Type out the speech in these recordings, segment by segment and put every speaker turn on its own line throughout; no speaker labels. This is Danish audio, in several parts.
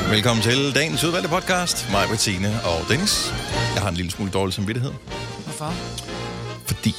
Velkommen til dagens udvalgte podcast. Mig, Bettine og Dennis. Jeg har en lille smule dårlig samvittighed.
Hvorfor?
Fordi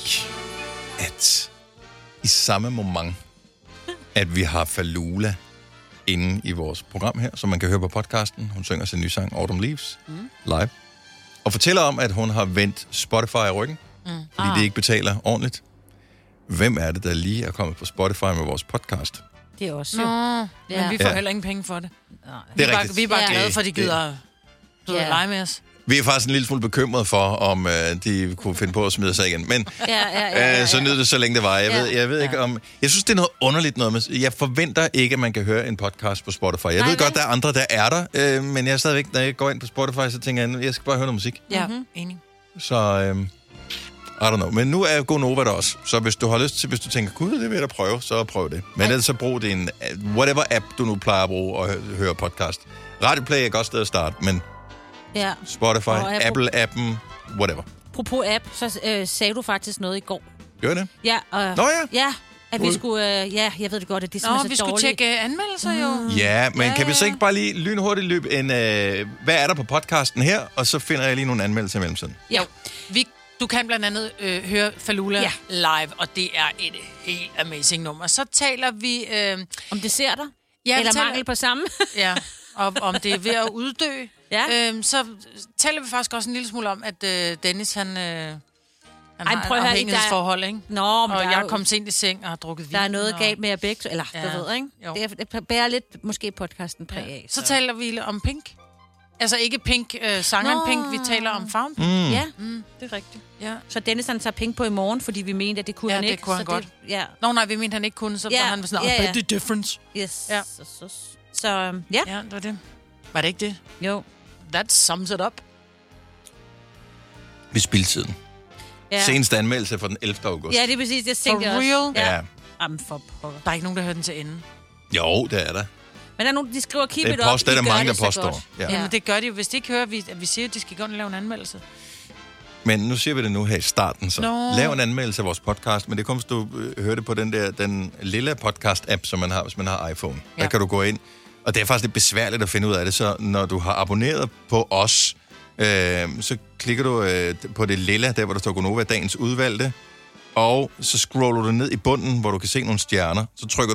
at i samme moment, at vi har Falula inde i vores program her, som man kan høre på podcasten. Hun synger sin nye sang, Autumn Leaves, live. Og fortæller om, at hun har vendt Spotify i ryggen, fordi det ikke betaler ordentligt. Hvem er det, der lige er kommet på Spotify med vores podcast?
Det er også
men vi får heller ingen penge for det.
Det er rigtigt.
Vi er bare glade for, at de gider lege med os.
Vi er faktisk en lille smule bekymrede for, om de kunne finde på at smide sig igen. Men så nyd det, så længe det var. Jeg ved ikke om... Jeg synes, det er noget underligt noget med... Jeg forventer ikke, at man kan høre en podcast på Spotify. Jeg ved godt, der er andre, der er der. Men jeg er stadigvæk, når jeg går ind på Spotify, så tænker jeg skal bare høre noget musik.
Ja, enig.
Så... I don't know. Men nu er GoNova der også. Så hvis du har lyst til, hvis du tænker, gud, det vil jeg da prøve, så prøv det. Men ellers så brug det en whatever app, du nu plejer at bruge og høre podcast. Radioplay er et godt sted at starte, men Spotify, Apple-appen, whatever.
Apropos app, så sagde du faktisk noget i går.
Gør det?
Ja. Ja, at vi skulle... jeg ved det godt, at det er så dårligt.
Vi skulle tjekke anmeldelser jo.
Ja, men kan vi så ikke bare lige lynhurtigt løbe en... hvad er der på podcasten her? Og så finder jeg lige nogle anmeldelser i mellemtiden.
Jo, du kan blandt andet høre Falula live, og det er et helt amazing nummer. Så taler vi...
om desserter?
Ja,
eller mangel på samme?
Ja, og om det er ved at uddø.
Ja.
Så taler vi faktisk også en lille smule om, at Dennis, han har
prøv
et afhængighedsforhold, ikke?
Nå, men
og jeg kom sent i seng og har drukket vin.
Der er noget galt med jer begge, eller du ved, ikke?
Jo.
Det bærer lidt måske podcasten præg af.
Så taler vi om Pink. Altså ikke Pink, sangeren Pink, vi taler om Found Pink.
Ja,
det er rigtigt. Ja.
Så Dennis han tager Pink på i morgen, fordi vi mente, at det kunne han ikke.
Det kunne han
så
godt.
Det,
nej, vi mente, han ikke kunne, så var han sådan, the difference.
Yes.
Ja.
Så
ja, det var det. Var det ikke det?
Jo.
That sums it up.
Vi spildte tiden.
Ja.
Seneste anmeldelse for den 11. august.
Ja, det er præcis, det tænkte jeg
også.
For real?
Ja.
Jamen for pokker.
Der er ikke nogen, der hører den til ende.
Jo, det er der.
Men der er nogen, de skriver keep it up.
Det er mange, der påstår.
Ja. Jamen, det gør de jo. Hvis de ikke hører, at vi siger, at de skal gå og lave en anmeldelse.
Men nu siger vi det nu her i starten, så lav en anmeldelse af vores podcast, men det kommer, hvis du hører det på den lille podcast-app, som man har, hvis man har iPhone. Der kan du gå ind, og det er faktisk lidt besværligt at finde ud af det, så når du har abonneret på os, så klikker du på det lille, der hvor der står GoNova, dagens udvalgte, og så scroller du ned i bunden, hvor du kan se nogle stjerner, så trykker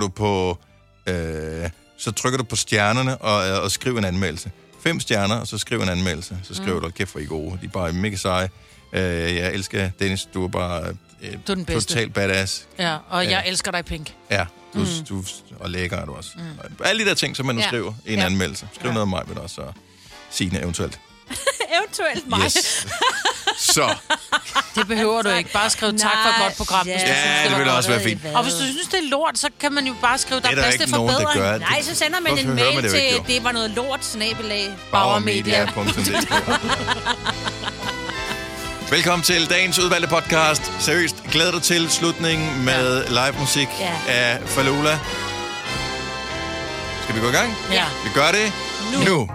du på stjernerne og skriv en anmeldelse. 5 stjerner, og så skriv en anmeldelse. Så skriver du, kæft hvor I gode. De er bare mega seje. Jeg elsker Dennis, du er bare
du er den bedste.
Totalt badass.
Ja, og jeg elsker dig, Pink.
Ja, du og lækker er du også. Alle de der ting, som man nu skriver i en anmeldelse. Skriv noget af mig, men også Signe eventuelt.
Eventuelt mig.
Yes. Så.
Det behøver du ikke. Bare skriv tak for et godt program.
Ja, det vil også være fint.
Og hvis du synes, det er lort, så kan man jo bare skrive, der er plads til
forbedring.
Nogen,
der gør.
Nej, så sender man en mail til, det var noget lort, @bauermedia.dk.
Velkommen til dagens udvalgte podcast. Seriøst, glæder dig til slutningen med live musik af Falula. Skal vi gå i gang?
Ja.
Vi gør det nu.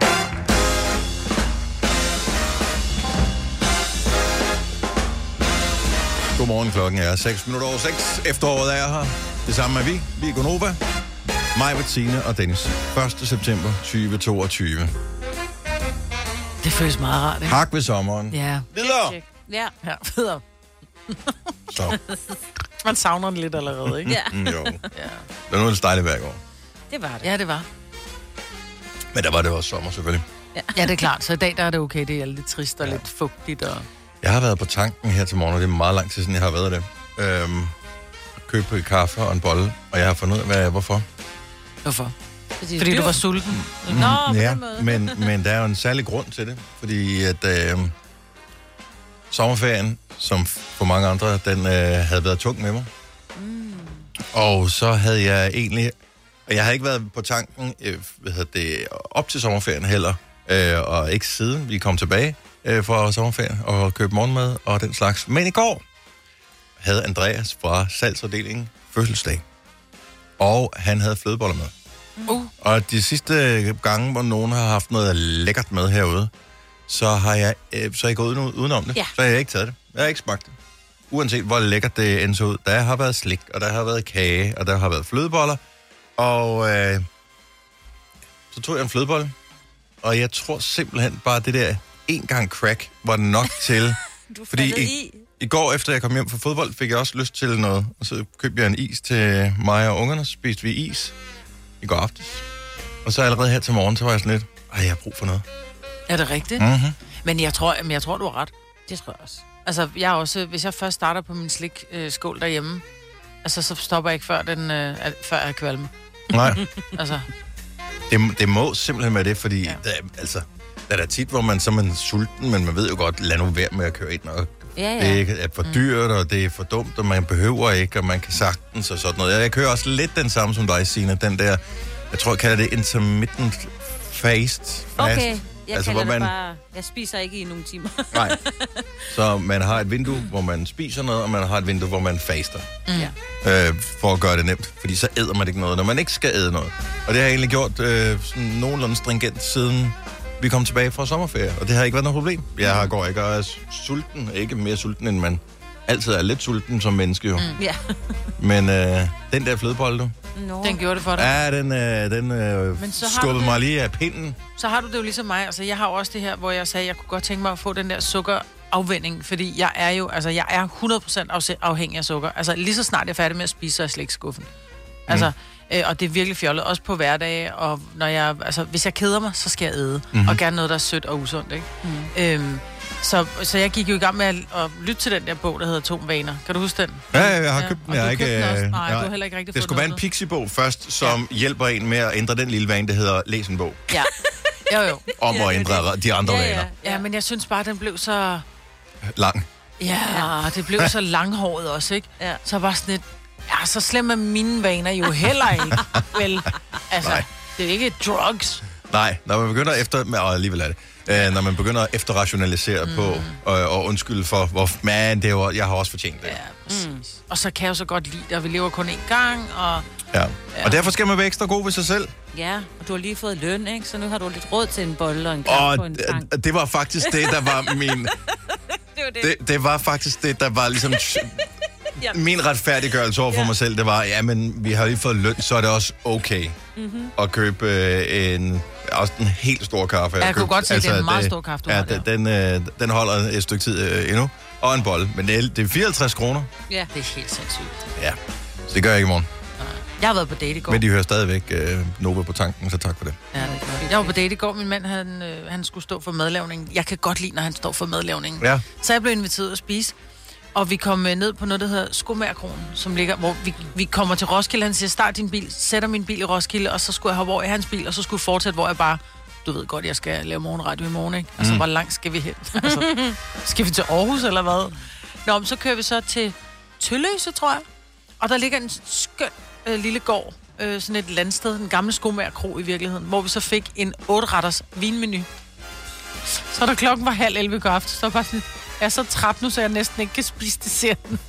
Godmorgen, klokken er 6:06. Efteråret er her. Det samme er vi. Vi er GoNova. Mig, Bettine og Dennis. 1. september 2022.
Det føles meget rart, ikke?
Hak ved sommeren.
Ja.
Videre.
Ja,
videre.
Så.
Man savner den lidt allerede, ikke?
Ja.
Jo. Det var noget dejligt hver år.
Det var det.
Ja, det var.
Men der var det også sommer, selvfølgelig.
Ja, det er klart. Så i dag der er det okay. Det er lidt trist og lidt fugtigt. Og...
Jeg har været på tanken her til morgen, og det er meget lang tid siden, jeg har været det. Købt en kaffe og en bolle, og jeg har fundet ud af, hvorfor.
Hvorfor? Fordi du var sulten?
Ja, men der er jo en særlig grund til det. Fordi at sommerferien, som for mange andre, den havde været tung med mig. Og så havde jeg egentlig... Jeg havde ikke været på tanken op til sommerferien heller, og ikke siden vi kom tilbage fra sommerferien og købte morgenmad og den slags. Men i går havde Andreas fra salgsafdelingen fødselsdag, og han havde flødeboller med. Og de sidste gange, hvor nogen har haft noget lækkert med herude, så er jeg gået udenom det. Ja. Så har jeg ikke taget det. Jeg har ikke smagt det. Uanset hvor lækkert det end så ud. Der har været slik, og der har været kage, og der har været flødeboller. Og så tog jeg en flødebolle, og jeg tror simpelthen bare, det der en gang crack var nok til... Fordi i går, efter jeg kom hjem fra fodbold, fik jeg også lyst til noget. Og så købte jeg en is til mig og ungerne. Så spiste vi is i går aftes. Og så allerede her til morgen, så var jeg sådan lidt, jeg har brug for noget.
Er det rigtigt?
Mm-hmm.
Men jeg tror, du har ret.
Det tror jeg også.
Altså, jeg også, hvis jeg først starter på min slikskål derhjemme, altså, så stopper jeg ikke før jeg kvalme.
Nej.
Altså.
Det må simpelthen være det, fordi der er der tit, hvor man er sulten, men man ved jo godt, lad nu være med at køre ind, og det er for dyrt, og det er for dumt, og man behøver ikke, og man kan sagtens og sådan noget. Jeg kører også lidt den samme som dig, Signe, den der, jeg tror, jeg kalder det intermittent fast.
Okay, jeg kalder det bare, jeg spiser ikke i nogle timer.
Nej, så man har et vindue, hvor man spiser noget, og man har et vindue, hvor man faster. For at gøre det nemt, fordi så æder man ikke noget, når man ikke skal æde noget. Og det har jeg egentlig gjort sådan nogenlunde stringent siden vi kom tilbage fra sommerferie, og det har ikke været noget problem. Jeg går ikke og er sulten, ikke mere sulten, end man altid er lidt sulten som menneske jo.
Ja.
Men den der flødebolle, du?
Den gjorde det for dig?
Ja, den skubbede mig lige af pinden.
Så har du det jo ligesom mig. Altså, jeg har også det her, hvor jeg sagde, at jeg kunne godt tænke mig at få den der sukkerafvinding, fordi jeg er 100% afhængig af sukker. Altså, lige så snart jeg er færdig med at spise, så er jeg slet ikke skuffen. Altså, og det er virkelig fjollet, også på hverdage, og når hvis jeg keder mig, så skal jeg æde. Og gerne noget, der er sødt og usundt, ikke? Så jeg gik jo i gang med at lytte til den der bog, der hedder Atomvaner. Kan du huske den?
Ja, jeg har købt den.
Jeg ikke, nej, du har heller ikke rigtig
det skulle være en Pixie-bog først, som hjælper en med at ændre den lille vane, der hedder læs en bog.
Ja. Jo.
Om at ændre de andre vaner.
Ja, men jeg synes bare, den blev så...
Lang.
Ja, det blev så langhåret også, ikke? Ja. Så var sådan et... Ja, så slemme mine vaner jo heller ikke. Vel, altså, det er ikke drugs.
Nej, når man begynder alligevel er det. Når man begynder at efterrationalisere på og undskylde for, men det er jo, jeg har også fortjent det.
Ja, og så kan jeg jo så godt lide det, og vi lever kun én gang, og...
Ja, og derfor skal man være ekstra god ved sig selv.
Ja, og du har lige fået løn, ikke? Så nu har du lidt råd til en bolle og en kaffe på en tank.
Det var faktisk det, der var min... det var faktisk det, der var ligesom... Min retfærdiggørelse over for mig selv, det var, men vi har lige fået løn, så er det også okay at købe også en helt stor kaffe.
Jeg kunne godt se, det er en meget stor kaffe, du har der.
Den holder et stykke tid endnu, og en bolle. Men det er 54 kroner.
Ja, det er helt sindssygt.
Ja, så det gør jeg ikke i morgen.
Jeg har været på date i går.
Men de hører stadigvæk Nova på tanken, så tak for det.
Ja, det gør. Jeg var på date i går. Min mand, han skulle stå for madlavning. Jeg kan godt lide, når han står for madlavning. Ja. Så jeg blev inviteret at spise. Og vi kom ned på noget, der hedder Skomagerkronen, som ligger, hvor vi kommer til Roskilde. Han siger, start din bil, sætter min bil i Roskilde, og så skulle jeg hoppe over i hans bil, og så skulle jeg fortsætte, hvor jeg bare, du ved godt, jeg skal lave morgenradio i morgen, ikke? Altså, hvor langt skal vi hen? Altså, skal vi til Aarhus, eller hvad? Nå, men så kører vi så til Tølløse, tror jeg. Og der ligger en skøn lille gård, sådan et landsted, en gammel Skomagerkro i virkeligheden, hvor vi så fik en 8-retters vinmenu. Så da klokken var 10:30 i går aften, så var sådan... Jeg er så træt nu, så jeg næsten ikke kan spise desserten.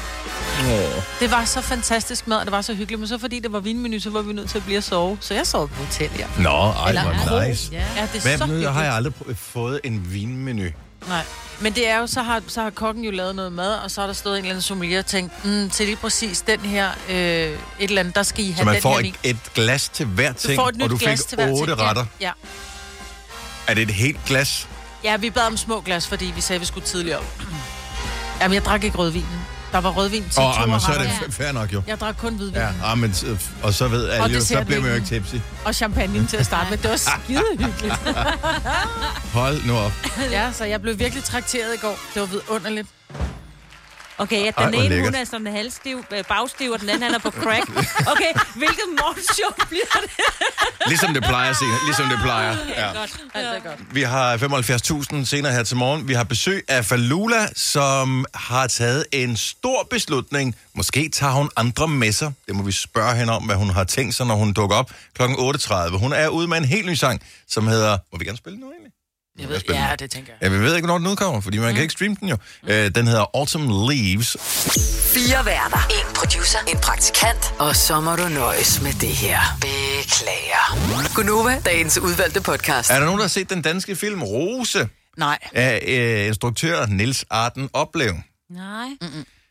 Det var så fantastisk mad, og det var så hyggeligt. Men så fordi det var vinmenu, så var vi nødt til at blive at sove. Så jeg sov på hotel, ja.
Nå, hvor nice.
Ja, det er så hyggeligt.
Har jeg aldrig fået en vinmenu.
Nej, men det er jo, så har kokken jo lavet noget mad, og så har der stået en eller anden sommelier og tænkt, til lige præcis den her, et eller andet, der skal I have den her vin. Så man får
et glas til hver ting, og du fik 8 retter?
Ja.
Er det et helt glas?
Ja, vi bad om små glas, fordi vi sagde, at vi skulle tidligere op. Jamen, jeg drak ikke rødvinen. Der var rødvin til 2 retter.
Så er det fair nok, jo.
Jeg drak kun hvidvin.
Ja, men, og så ved alle jo, så bliver man jo ikke tipsy.
Og champagne til at starte med. Det var skide hyggeligt.
Hold nu op.
Ja, så jeg blev virkelig trakteret i går. Det var vidunderligt.
Okay, ja, den ene, hun er sådan halvstiv, bagstiv, og den anden, han er på crack. Okay, hvilket morgenshow bliver det?
Ligesom det plejer, Signe. Ligesom det plejer.
Ja. Godt. Altså, godt.
Vi har 75.000 senere her til morgen. Vi har besøg af Falula, som har taget en stor beslutning. Måske tager hun andre med sig. Det må vi spørge hende om, hvad hun har tænkt sig, når hun dukker op kl. 8.30. Hun er ude med en helt ny sang, som hedder... Må vi gerne spille nu egentlig?
Jeg ved, ja, det tænker jeg.
Ja, vi ved ikke, hvornår den udkommer, fordi man kan ikke streame den jo. Den hedder Autumn Leaves.
4 værter, 1 producer, 1 praktikant, og så må du nøjes med det her. Beklager. Gunova, dagens udvalgte podcast.
Er der nogen, der har set den danske film Rose?
Nej.
Af instruktør Niels Arden Oplev.
Nej.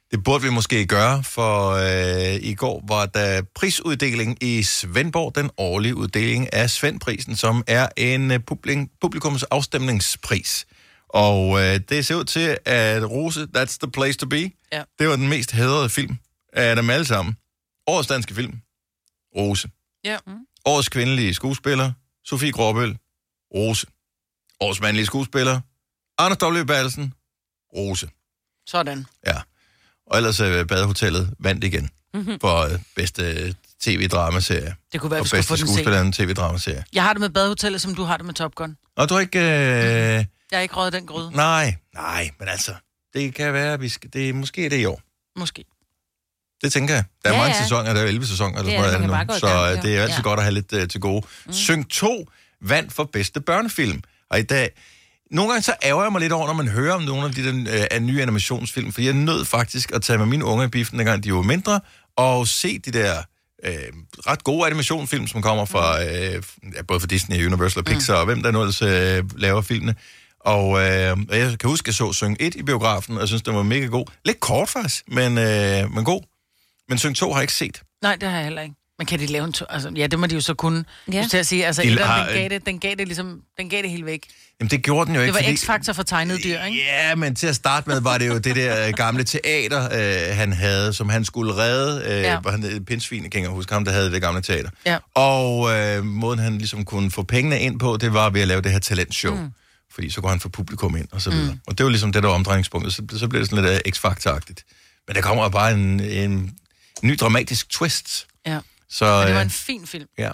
Det burde vi måske gøre, for i går var der prisuddeling i Svendborg, den årlige uddeling af Svendprisen, som er en publikums afstemningspris. Og det ser ud til, at Rose, That's the Place to Be, det var den mest hædrede film af dem alle sammen. Årets danske film, Rose.
Ja.
Årets kvindelige skuespiller, Sofie Gråbøl, Rose. Årets mandlige skuespiller, Anders W. Bertelsen, Rose.
Sådan.
Ja. Og ellers Badehotellet vandt igen for bedste tv-dramaserie.
Det kunne være,
vi skulle få den skuespiller tv-dramaserie.
Jeg har det med Badehotellet, som du har det med Top Gun.
Og du har ikke...
Jeg har ikke røget den gryde.
Nej, men altså, det kan være, at måske er det i år.
Måske.
Det tænker jeg. Der er mange sæsoner, der er 11 sæsoner, eller sådan noget nu, så det er altid godt at have lidt til gode. Synk 2 vandt for bedste børnefilm. Og i dag... Nogle gange så ærger jeg mig lidt over, når man hører om nogle af de der nye animationsfilm, for jeg nød faktisk at tage med mine unge i biffen, dengang de var mindre, og se de der ret gode animationsfilm, som kommer fra både fra Disney, Universal og Pixar, og hvem der nu ellers laver filmene. Og jeg kan huske, at jeg så Synk 1 i biografen, og jeg synes, den var mega god. Lidt kort faktisk, men god. Men Synk 2 har jeg ikke set.
Nej, det har jeg heller ikke. Men kan de lave en altså, ja, det må de jo så kunne.
Ja.
Til at sige, altså, den gav det helt væk.
Jamen, det gjorde den jo ikke.
Det var X-faktor for tegnede dyr, ikke?
Ja, men til at starte med var det jo det der gamle teater, han havde, som han skulle redde. Var han pindsvin, kan jeg huske ham, der havde det gamle teater. Ja. Og måden han ligesom kunne få pengene ind på, det var ved at lave det her talentshow. Fordi så kunne han få publikum ind, og så videre. Og det var ligesom det, der var omdrejningspunktet. Så blev det sådan lidt X-faktor-agtigt. Men der kommer bare en ny dramatisk twist.
Ja.
Så,
det var en fin film.
Ja.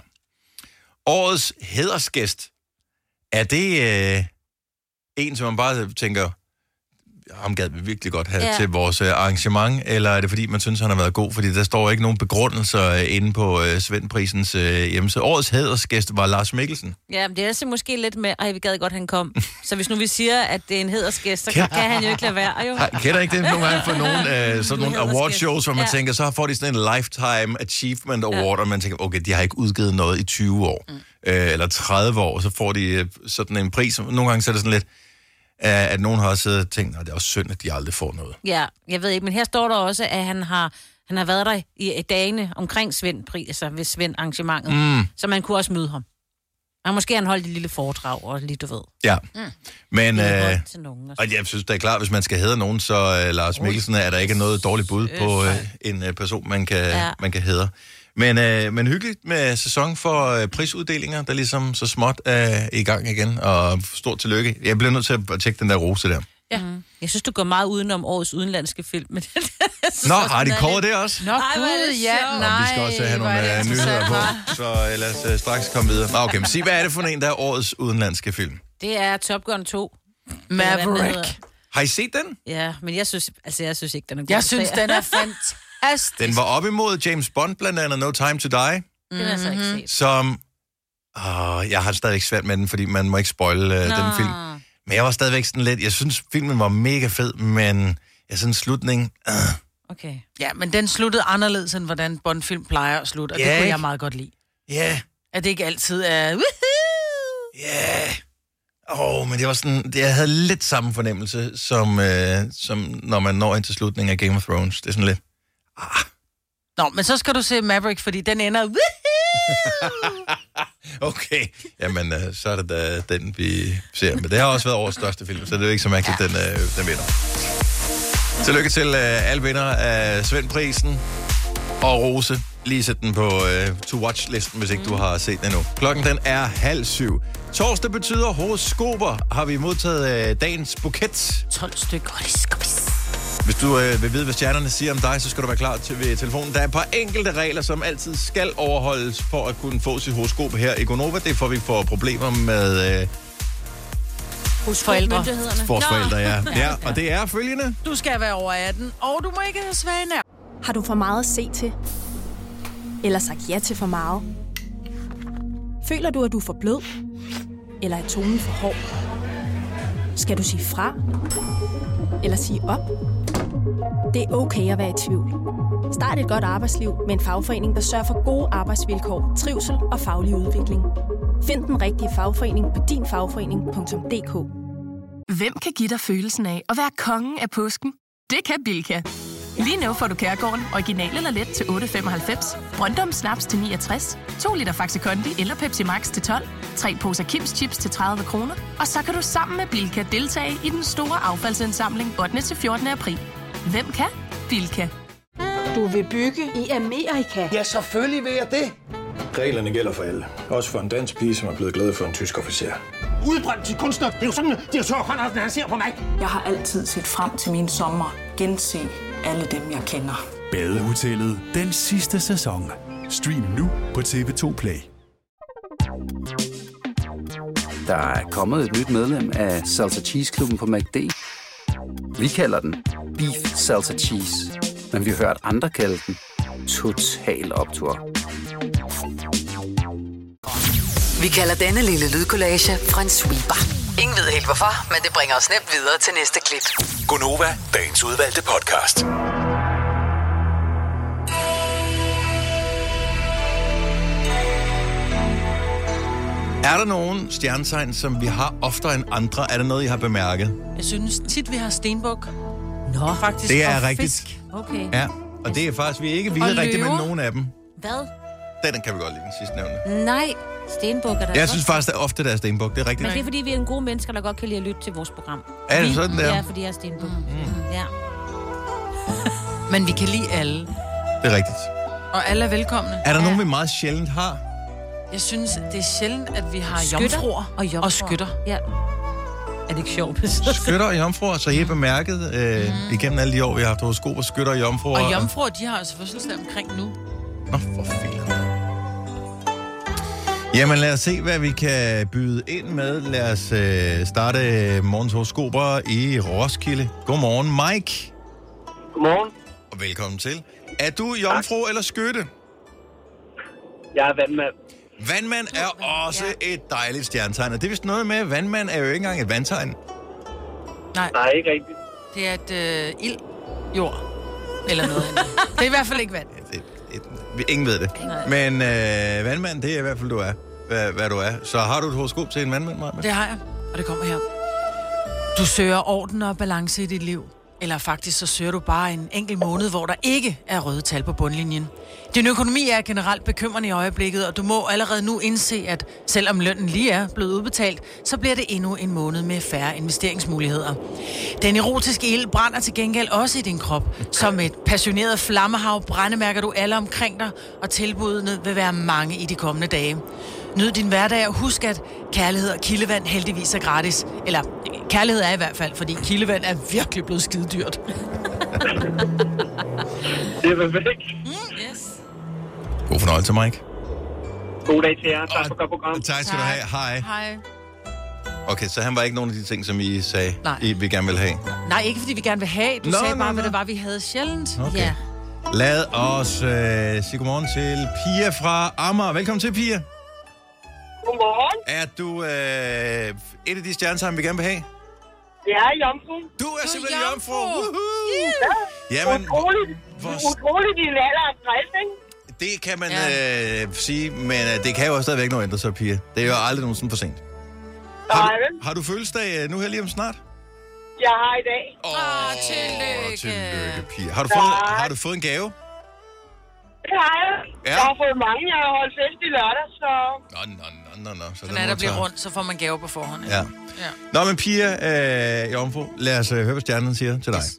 Årets hædersgæst, er det en, som man bare tænker, ham gad vi virkelig godt have til vores arrangement, eller er det fordi, man synes, han har været god? Fordi der står ikke nogen begrundelser inde på Svendprisens hjemmeside. Årets hædersgæst var Lars Mikkelsen. Ja,
men det er altså måske lidt med, vi gad godt, han kom. Så hvis nu vi siger, at det er en hædersgæst, så kan han jo ikke lade være, jo.
Kender ikke det nogle gange for sådan nogle awardshows, hvor man tænker, så får de sådan en Lifetime Achievement Award, og man tænker, okay, de har ikke udgivet noget i 20 år, eller 30 år, og så får de sådan en pris. Nogle gange så er det sådan lidt, at nogen har også tænkt, at det er også synd, at de aldrig får noget.
Ja, jeg ved ikke, men her står der også, at han har været der i dagene omkring Svend-pris, altså ved Svend-arrangementet, så man kunne også møde ham. Og måske han holdt et lille foredrag, og lige du ved.
Ja, men og jeg synes, det er klart, hvis man skal hædre nogen, så Lars Mikkelsen er der ikke noget dårligt bud på en person, man kan hædre. Men hyggeligt med sæson for prisuddelinger, der ligesom så småt er i gang igen, og stort tillykke. Jeg bliver nødt til at tjekke den der Rose der.
Ja. Jeg synes, du går meget udenom årets udenlandske film. Men
Nå, har de kåret det også?
Nå, gud, ja, nej.
Og vi skal også have nogle nyheder på, så lad os straks komme videre. Nå, okay, men sig, hvad er det for en, der er årets udenlandske film?
Det er Top Gun 2.
Maverick.
Har I set den?
Ja, men jeg synes ikke, den er god.
Jeg synes, den er fantastisk.
Den var op imod James Bond, blandt andet No Time to Die.
Den har jeg så ikke set.
Som... jeg har stadigvæk svært med den, fordi man må ikke spoile den film. Men jeg var stadigvæk sådan lidt... Jeg synes, filmen var mega fed, men sådan en slutning...
Okay.
Ja, men den sluttede anderledes, end hvordan Bond-film plejer at slutte, og det kunne jeg meget godt lide.
Ja.
At det ikke altid er...
Ja. Men det var sådan... Jeg havde lidt samme fornemmelse, som når man når ind til slutningen af Game of Thrones. Det er sådan lidt...
Nå, men så skal du se Maverick, fordi den ender...
Okay, jamen så er det da den, vi ser. Men det har også været årets største film, så det er ikke så mærkeligt, den vinder. Tillykke til alle vinder af Svendprisen og Rose. Lige sæt den på to-watch-listen, hvis ikke du har set den endnu. Klokken den er 6:30. Torsdag betyder horoskoper. Har vi modtaget dagens buket.
12 stykker horoskoper.
Hvis du vil vide, hvad stjernerne siger om dig, så skal du være klar ved telefonen. Der er et par enkelte regler, som altid skal overholdes for at kunne få sit horoskop her i Gonova. Det får vi ikke for problemer med...
hos forældre.
Vores forældre, ja. Og det er følgende.
Du skal være over 18, og du må ikke have svage nerver.
Har du for meget at se til? Eller sagt ja til for meget? Føler du, at du er for blød? Eller er tonen for hård? Skal du sige fra? Eller sige op? Det er okay at være i tvivl. Start et godt arbejdsliv med en fagforening, der sørger for gode arbejdsvilkår, trivsel og faglig udvikling. Find den rigtige fagforening på dinfagforening.dk.
Hvem kan give dig følelsen af at være kongen af påsken? Det kan Bilka! Lige nu får du Kærgården original eller let til 8,95, Brøndum Snaps til 69, 2 liter Faxi Kondi eller Pepsi Max til 12, 3 poser Kims Chips til 30 kroner, og så kan du sammen med Bilka deltage i den store affaldsindsamling 8. til 14. april. Hvem kan? Bilka.
Du vil bygge i Amerika?
Ja, selvfølgelig vil jeg det. Reglerne gælder for alle. Også for en dansk pige, som er blevet glad for en tysk officer.
Udbrændt til kunstner. Det er jo sådan, at direktør Conradsen, han ser på mig.
Jeg har altid set frem til min sommer. Gense alle dem, jeg kender.
Badehotellet den sidste sæson. Stream nu på TV2 Play.
Der er kommet et nyt medlem af Salsa Cheese Klubben på McD. Vi kalder den Beef Salsa Cheese, men vi har hørt andre kalde den Total Optur.
Vi kalder denne lille lydkollage en sweeper. Ingen ved helt hvorfor, men det bringer os nemt videre til næste klip.
Gonova, dagens udvalgte podcast.
Er der nogen stjernetegn, som vi har oftere end andre? Er der noget, I har bemærket?
Jeg synes tit, vi har stenbuk. Nå, faktisk.
Det er
og
rigtigt.
Fisk.
Okay.
Ja, og det er faktisk, vi er ikke vilde rigtigt med nogen af dem.
Hvad?
Den kan vi godt lide, den sidste nævnte.
Nej, stenbuk er der.
Jeg synes faktisk, at ofte der er stenbuk. Det er rigtigt.
Men det er, fordi vi er en gode mennesker, der godt kan lide at lytte til vores program.
Er det sådan der?
Ja, fordi jeg er stenbuk. Ja.
Men vi kan lide alle.
Det er rigtigt.
Og alle er velkomne.
Er der nogen, vi meget sjældent har?
Jeg synes, det er sjældent, at vi har
Skytter
jomfruer og skytter.
Ja. Er det ikke sjovt?
Skytter og jomfruer, så I har bemærket igennem alle de år, vi har haft horoskoper, skytter og jomfruer.
Og jomfruer, de har altså fødselsdag omkring nu.
Nå, for fint. Jamen lad os se, hvad vi kan byde ind med. Lad os starte morgens horoskoper i Roskilde. Godmorgen, Mike.
Godmorgen.
Og velkommen til. Er du jomfru eller skytte?
Jeg er vandmand.
Vandmand er også et dejligt stjernetegn. Og det er vist noget med, at vandmand er jo ikke engang et vandtegn.
Nej, ikke rigtigt.
Det er et jord. Eller noget andet. Det er i hvert fald ikke vand.
Ingen ved det. Men vandmand, det er i hvert fald, du er. Hvad du er. Så har du et horoskop til en vandmand, Maja?
Det har jeg, og det kommer her. Du søger orden og balance i dit liv. Eller faktisk så søger du bare en enkelt måned, hvor der ikke er røde tal på bundlinjen. Din økonomi er generelt bekymrende i øjeblikket, og du må allerede nu indse, at selvom lønnen lige er blevet udbetalt, så bliver det endnu en måned med færre investeringsmuligheder. Den erotiske ild brænder til gengæld også i din krop. Som et passioneret flammehav brændemærker du alle omkring dig, og tilbudene vil være mange i de kommende dage. Nyd din hverdag og husk, at kærlighed og kildevand heldigvis er gratis. Eller kærlighed er i hvert fald, fordi kildevand er virkelig blevet skide dyrt.
Det er perfekt.
Yes.
God fornøjelse, Mike.
God dag til jer. Tak for godt program.
Tak skal du have. Hej.
Hej.
Okay, så han var ikke nogen af de ting, som I sagde, vi gerne vil have?
Nej, ikke fordi vi gerne vil have. Du sagde bare, hvad det var, vi havde sjældent.
Okay.
Ja.
Lad os sige godmorgen til Pia fra Amager. Velkommen til, Pia.
Godmorgen.
Er du et af de stjernetegn, vi gerne vil have?
Jeg er jomfru.
Du er simpelthen jomfru.
Ja.
Jamen,
utroligt i en alder af 60, ikke?
Det kan man sige, men det kan jo også stadigvæk noget ændre sig, Pia. Det er jo aldrig nogensinde for sent. Har du fødselsdag nu her lige om snart?
Jeg har i dag.
Tillykke, Pia. Har du fået en gave?
Det har jeg.
Ja.
Jeg har fået mange. Jeg har holdt fest i lørdag, så...
Nå. Så
når der bliver rundt, så får man gaver på forhånd.
Ja. Nå, men Pia, jomfru, lad os høre, hvad stjernen siger til dig.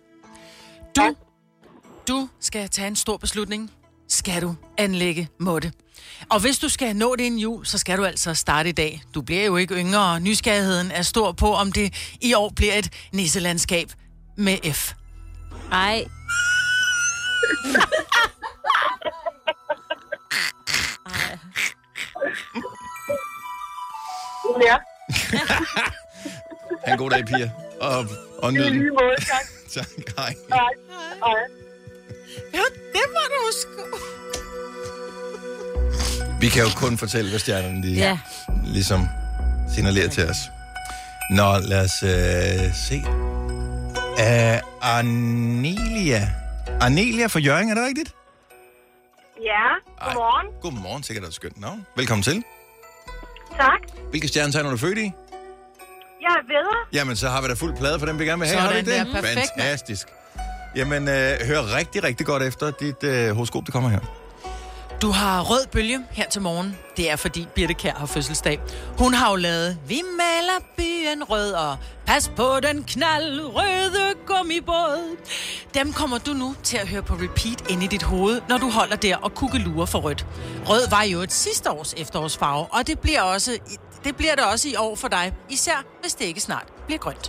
Du skal tage en stor beslutning. Skal du anlægge måtte. Og hvis du skal nå det inden jul, så skal du altså starte i dag. Du bliver jo ikke yngre, og nysgerrigheden er stor på, om det i år bliver et nisselandskab med F.
Ej.
Ja.
Ha' en god dag, Pia. Og nyd den.
I lige måde, tak.
Tak, hej.
Hej.
Ja, det var du sgu.
Vi kan jo kun fortælle, hvad stjernerne de ligesom signalerer til os. Nå, lad os se. Anelia fra Hjørring, er det rigtigt?
Ja, godmorgen.
Godmorgen, sikkert er det skønt navn. Velkommen til.
Tak.
Hvilke stjernetegn er du født i?
Jeg er Vædder.
Jamen, så har vi da fuld plade for dem, vi gerne vil have.
Sådan
har vi det?
der, perfekt.
Fantastisk. Jamen, hør rigtig, rigtig godt efter dit horoskop, det kommer her.
Du har rød bølge her til morgen. Det er fordi Birte Kjær har fødselsdag. Hun har jo lavet Vi maler byen rød og pas på den knaldrøde gummibåd. Dem kommer du nu til at høre på repeat inde i dit hoved, når du holder der og kukkelurer for rødt. Rød var jo et sidste års efterårsfarve, og det bliver det også i år for dig. Især hvis det ikke snart bliver grønt.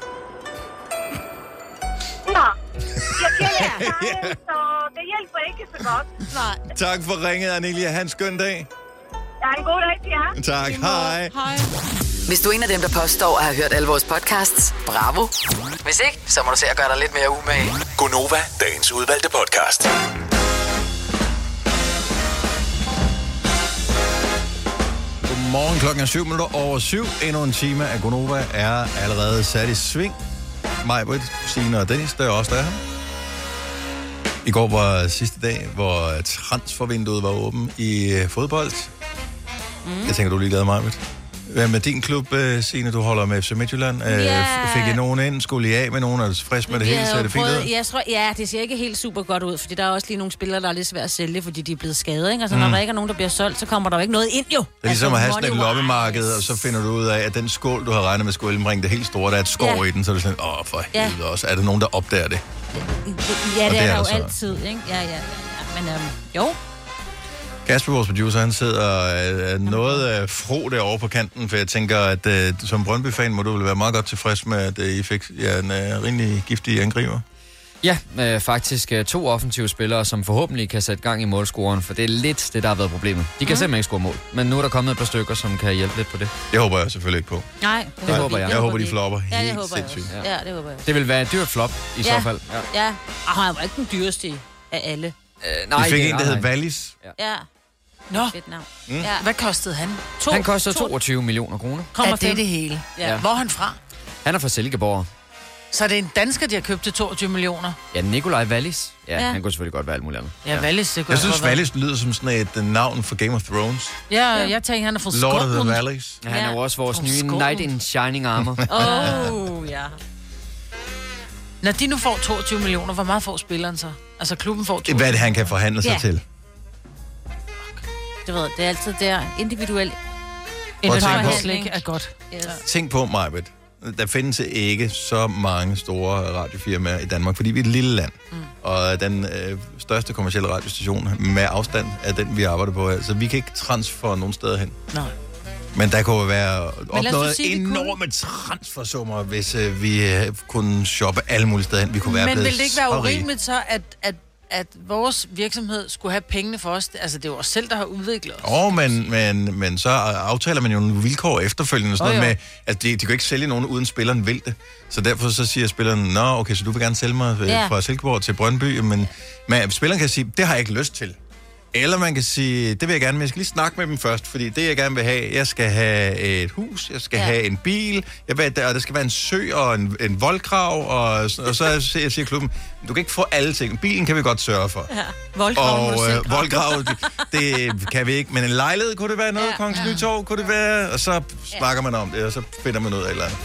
Nå, jeg kender dig, så det hjælper ikke så godt.
Nej.
Tak for ringet, Anelia. Ha' en skøn dag.
Ja, en god dag til jer.
Tak, hej.
Hej.
Hvis du er en af dem, der påstår at have hørt alle vores podcasts, bravo. Hvis ikke, så må du se at gøre dig lidt mere umage.
Gonova, dagens udvalgte podcast.
Godmorgen, klokken er 7:07. Endnu en time af Gonova er allerede sat i sving. Majbrit, Signe og Dennis, der er også der her. I går var sidste dag, hvor transfervinduet var åben i fodbold. Jeg tænker, du er ligeglad, Majbrit. Hvad med din klub, Signe? Du holder med FC Midtjylland. Fik I nogen ind? Skulle I af med nogen? Er du frisk med det hele? Ser det fint ud?
Jeg tror, det ser ikke helt super godt ud, fordi der er også lige nogle spillere, der er lidt svært at sælge, fordi de er blevet skadet. Ikke? Altså, når der ikke er nogen, der bliver solgt, så kommer der jo ikke noget ind, jo.
Det er ligesom at have sådan et loppemarked, og så finder du ud af, at den skål, du har regnet med, skulle indbringe det helt store, der er et skår i den, så er det sådan, for helvede også. Er der nogen, der opdager det?
Ja, det er der jo altid, ikke? Ja. Men jo.
Kasper, vores producer, han sidder noget fro derovre på kanten, for jeg tænker, at som Brøndby-fan må du vel være meget godt tilfreds med, at I fik en rimelig giftig angriber.
Ja, faktisk 2 offensive spillere, som forhåbentlig kan sætte gang i målscoren, for det er lidt det, der har været problemet. De kan simpelthen ikke score mål, men nu er der kommet et par stykker, som kan hjælpe lidt på det.
Det håber jeg selvfølgelig ikke på.
Nej,
det håber jeg.
Jeg håber, de flopper
helt
sindssygt.
Ja, det håber jeg.
Det vil være et dyrt flop i så fald.
Ja. Han var ikke den dyreste af alle.
Nej, vi fik en, der hed Wallis.
Ja.
Nå, hvad kostede han?
Han kostede 22 millioner kroner.
Er det hele? Ja. Hvor er han fra?
Han er fra Silkeborg.
Så det er en dansker, de har købt til 22 millioner?
Ja, Nikolaj Wallis. Ja, han kunne selvfølgelig godt være alt muligt andet.
Ja, Wallis, det kunne
jeg synes, Wallis lyder som sådan et navn for Game of Thrones.
Ja, jeg tænker, han er fra Skotland.
Lord of the Valleys.
Ja, han er jo også vores nye Knight in Shining Armor.
Ja. Når de nu får 22 millioner, hvor meget får spilleren så? Altså, klubben får 22.
Hvad er det, han kan forhandle sig til?
Det er altid der individuelt.
Indholdslæg er godt.
Yes.
Tænk på, Majbet. Der findes ikke så mange store radiofirmaer i Danmark, fordi vi er et lille land. Og den største kommercielle radiostation med afstand er den, vi arbejder på her. Så vi kan ikke transfere nogen steder hen.
Nej.
Men der kunne være opnået enorme transfersummer, hvis vi kunne shoppe alle mulige steder hen. Vi kunne være
men vil det ikke være urimeligt så, at vores virksomhed skulle have pengene for os? Altså, det er jo os selv, der har udviklet os.
Men så aftaler man jo nogle vilkår efterfølgende. Sådan noget med, at de kan ikke sælge nogen, uden spilleren vil det. Så derfor så siger spilleren, nå, okay, så du vil gerne sælge mig fra Silkeborg til Brøndby. Men spilleren kan sige, det har jeg ikke lyst til. Eller man kan sige, det vil jeg gerne, men jeg skal lige snakke med dem først, fordi det, jeg gerne vil have, jeg skal have et hus, jeg skal have en bil, og der skal være en sø og en voldgrav, og så siger klubben, du kan ikke få alle ting. Bilen kan vi godt sørge for.
Ja, voldgrav,
det kan vi ikke, men en lejlighed kunne det være noget, Kongens Nytorv kunne det være, og så snakker man om det, og så finder man ud af et eller andet.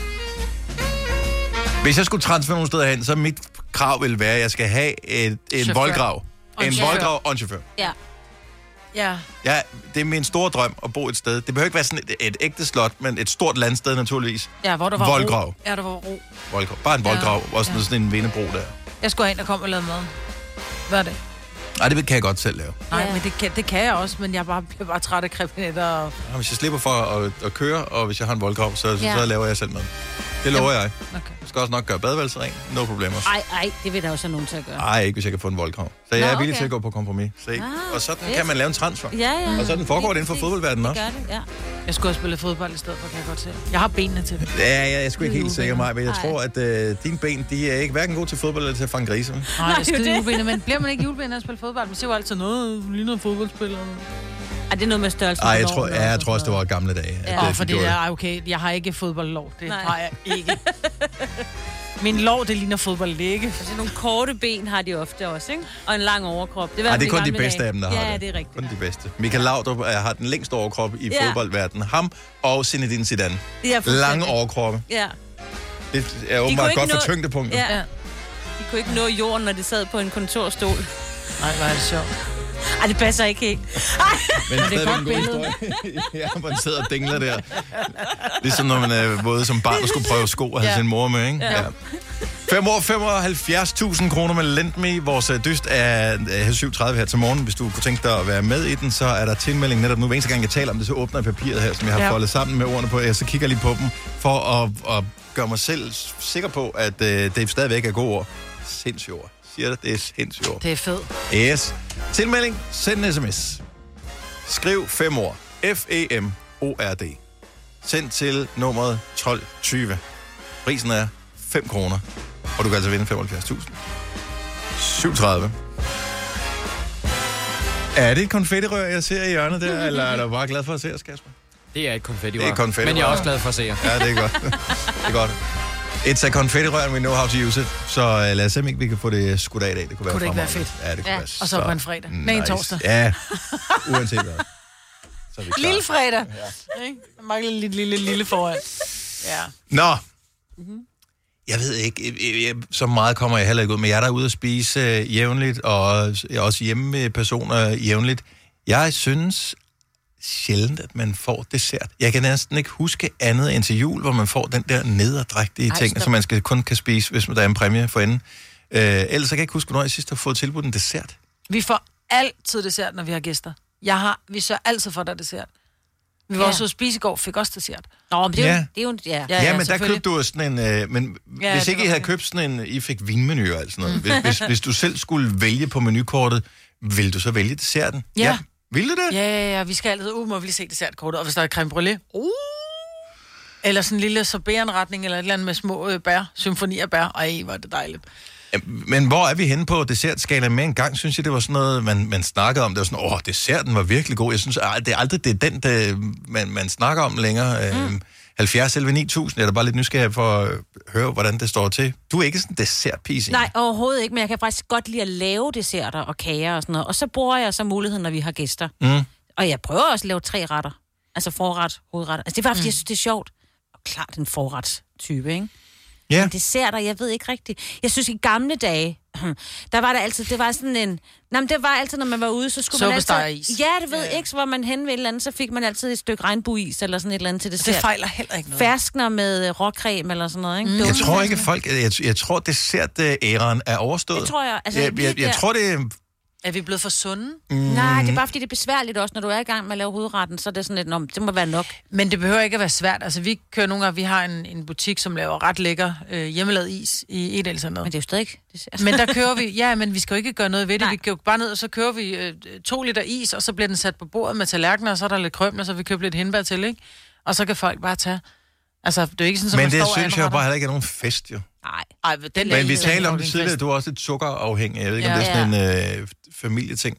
Hvis jeg skulle transfere nogle steder hen, så mit krav ville være, at jeg skal have en voldgrav. En voldgrav og en chauffør.
Ja.
Ja, det er min store drøm at bo et sted. Det behøver ikke være sådan et ægte slot, men et stort landsted naturligvis.
Ja, hvor der var
voldgrav.
ro. Ja, der var ro.
Voldgrav. Bare en voldgrav, og sådan en vindebro der.
Jeg skulle have en, der kom og lavede mad. Hvad er det?
Nej, det kan jeg godt selv lave.
Nej, men det kan jeg også, men jeg bliver bare træt af krebinetter. Og...
Ja, hvis jeg slipper for at køre, og hvis jeg har en voldgrav, så laver jeg selv mad. Det lover jeg. Okay. Jeg skal også nok gøre badeværelset rent. No problemer.
Ej, det vil der også have nogen til at gøre.
Nej, ikke hvis jeg kan få en voldgrav. Så jeg er villig til at gå på kompromis. Og sådan kan man lave en transfer.
Ja.
Og sådan foregår det inden for fodboldverdenen også.
Det gør det, ja.
Jeg skulle også spille fodbold i stedet for, kan jeg godt se. Jeg har benene til det.
Ja, jeg er sgu ikke helt sikker, Maja, men jeg tror, at dine ben, de er ikke hverken gode til fodbold eller til at fange grise.
Nej, jeg er skide julebenet, men bliver man ikke julebenet at spille fodbold? Man ser jo altid noget, ligner fodboldspiller.
Er det noget med størrelse?
Nej, jeg tror også, det var gamle dage.
Ja, fordi det er okay. Jeg har ikke fodboldlov. Det har jeg ikke. Min lov, det ligner fodboldlægge.
Altså nogle korte ben har de ofte også, ikke? Og en lang overkrop.
Det er kun de bedste af dem, der har det.
Ja, det er rigtigt.
Kun de bedste. Michael Laudrup har den længste overkrop i fodboldverdenen. Ham og Zinedine Zidane. Lange overkroppe.
Ja.
Det er åbenbart godt for tyngdepunkter.
Ja. De kunne ikke nå jorden, når de sad på en kontorstol.
Nej, hvor er det sjovt.
Ej, det passer ikke helt.
Men det er et godt billede. Ja, man sidder og dingler der. Ligesom når man er både som barn og skulle prøve sko og have sin mor med, ikke? Ja. 5 år, 75.000 kroner med Lendme. Vores dyst er 7.30 her til morgen. Hvis du kunne tænke dig at være med i den, så er der tilmelding netop nu. Hver eneste gang jeg taler om det, så åbner jeg papiret her, som jeg har foldet sammen med ordene på. Jeg så kigger lige på dem, for at gøre mig selv sikker på, at det stadigvæk er gode ord. Sindssygt ord. Siger det? Det er sindssygt ord.
Det er fedt.
Yes. Tilmelding. Send en sms. Skriv 5 ord. FEMORD. Send til nummeret 1220. Prisen er 5 kroner. Og du kan altså vinde 75.000. 730. Er det et konfettirør, jeg ser i hjørnet der, eller er du bare glad for at se os, Kasper?
Det er et konfettirør.
Det er et konfettirør.
Men jeg er også glad for at se jer.
Ja, det er godt. Det er godt. It's a konfettirør, and we know how to use it. Så lad os se, om ikke vi kan få det skudt af i dag. Det kunne
ikke være fedt?
Ja, det kunne være
og så på en fredag. Nej, en torsdag.
Ja, uanset hvad. Så er vi klar.
Lille fredag. Ja. Jeg mangler lidt lille foran. Ja.
Nå. Jeg ved ikke, så meget kommer jeg heller ikke ud, men jeg er derude at spise jævnligt, og jeg er også hjemme med personer jævnligt. Jeg synes sjældent, at man får dessert. Jeg kan næsten ikke huske andet end til jul, hvor man får den der nederdrægtige ting, som man kun kan spise, hvis der er en præmie for enden. Ellers kan jeg ikke huske, hvornår jeg sidst har fået tilbudt en dessert.
Vi får altid dessert, når vi har gæster. Vi sørger altid for, der dessert. Vi var også ude at spise i går, fik også dessert.
Nå, men det er jo...
Ja, men der købte du sådan en... men hvis ikke I havde købt sådan en... I fik vinmenu og alt sådan noget. Hvis du selv skulle vælge på menukortet, ville du så vælge desserten?
Ja.
Vil du det?
Ja. Vi skal altid... må vi lige se dessertkortet. Og hvis der er creme brûlée... Eller sådan en lille sorbet-retning, eller et eller andet med små bær. Symfoni af bær. Ej, hvor er det dejligt.
Men hvor er vi henne på dessertskalaen? Med en gang synes jeg, det var sådan noget, man snakkede om. Det var sådan, desserten var virkelig god. Jeg synes, det er aldrig det er den, man snakker om længere. 70 11 9000, jeg er da bare lidt nysgerrig for at høre, hvordan det står til. Du er ikke sådan en dessertpige.
Nej, overhovedet ikke, men jeg kan faktisk godt lide at lave desserter og kager og sådan noget. Og så bruger jeg så muligheden, når vi har gæster. Og jeg prøver også at lave 3 retter. Altså forret, hovedret. Altså det er bare, fordi jeg synes, det er sjovt. Og klart en forretstype, ikke?
Ja.
Men desserter, jeg ved ikke rigtigt. Jeg synes, i gamle dage, der var der altid, det var sådan en... Nå, men det var altid, når man var ude, så skulle man altid... Ja, det ved ikke, så var man hen ved et eller andet, så fik man altid et stykke regnbueis, eller sådan et eller andet til dessert.
Det fejler heller ikke noget.
Ferskner med råcreme, eller sådan noget, ikke?
Jeg tror ikke, folk... Jeg tror, dessert-æraen er overstået.
Det tror jeg. Altså,
jeg tror, det er...
Er vi blevet for sunde?
Nej, det er bare fordi, det er besværligt også, når du er i gang med at lave hovedretten, så er det sådan lidt, det må være nok.
Men det behøver ikke at være svært. Altså, vi kører nogle gange, vi har en butik, som laver ret lækker hjemmelavet is i Edelscenteret.
Men det er jo stadig ikke.
Men der kører vi, men vi skal jo ikke gøre noget ved det. Nej. Vi går bare ned, og så kører vi 2 liter is, og så bliver den sat på bordet med tallerkener, og så er der lidt krømler, så vi køber lidt hindbær til, ikke? Og så kan folk bare tage... Altså, det er ikke sådan, som
men det synes jeg bare heller ikke er nogen fest, jo.
Nej,
men vi taler om det tidligere, du er også lidt sukkerafhængig. Jeg ved ikke, om det er sådan en familieting.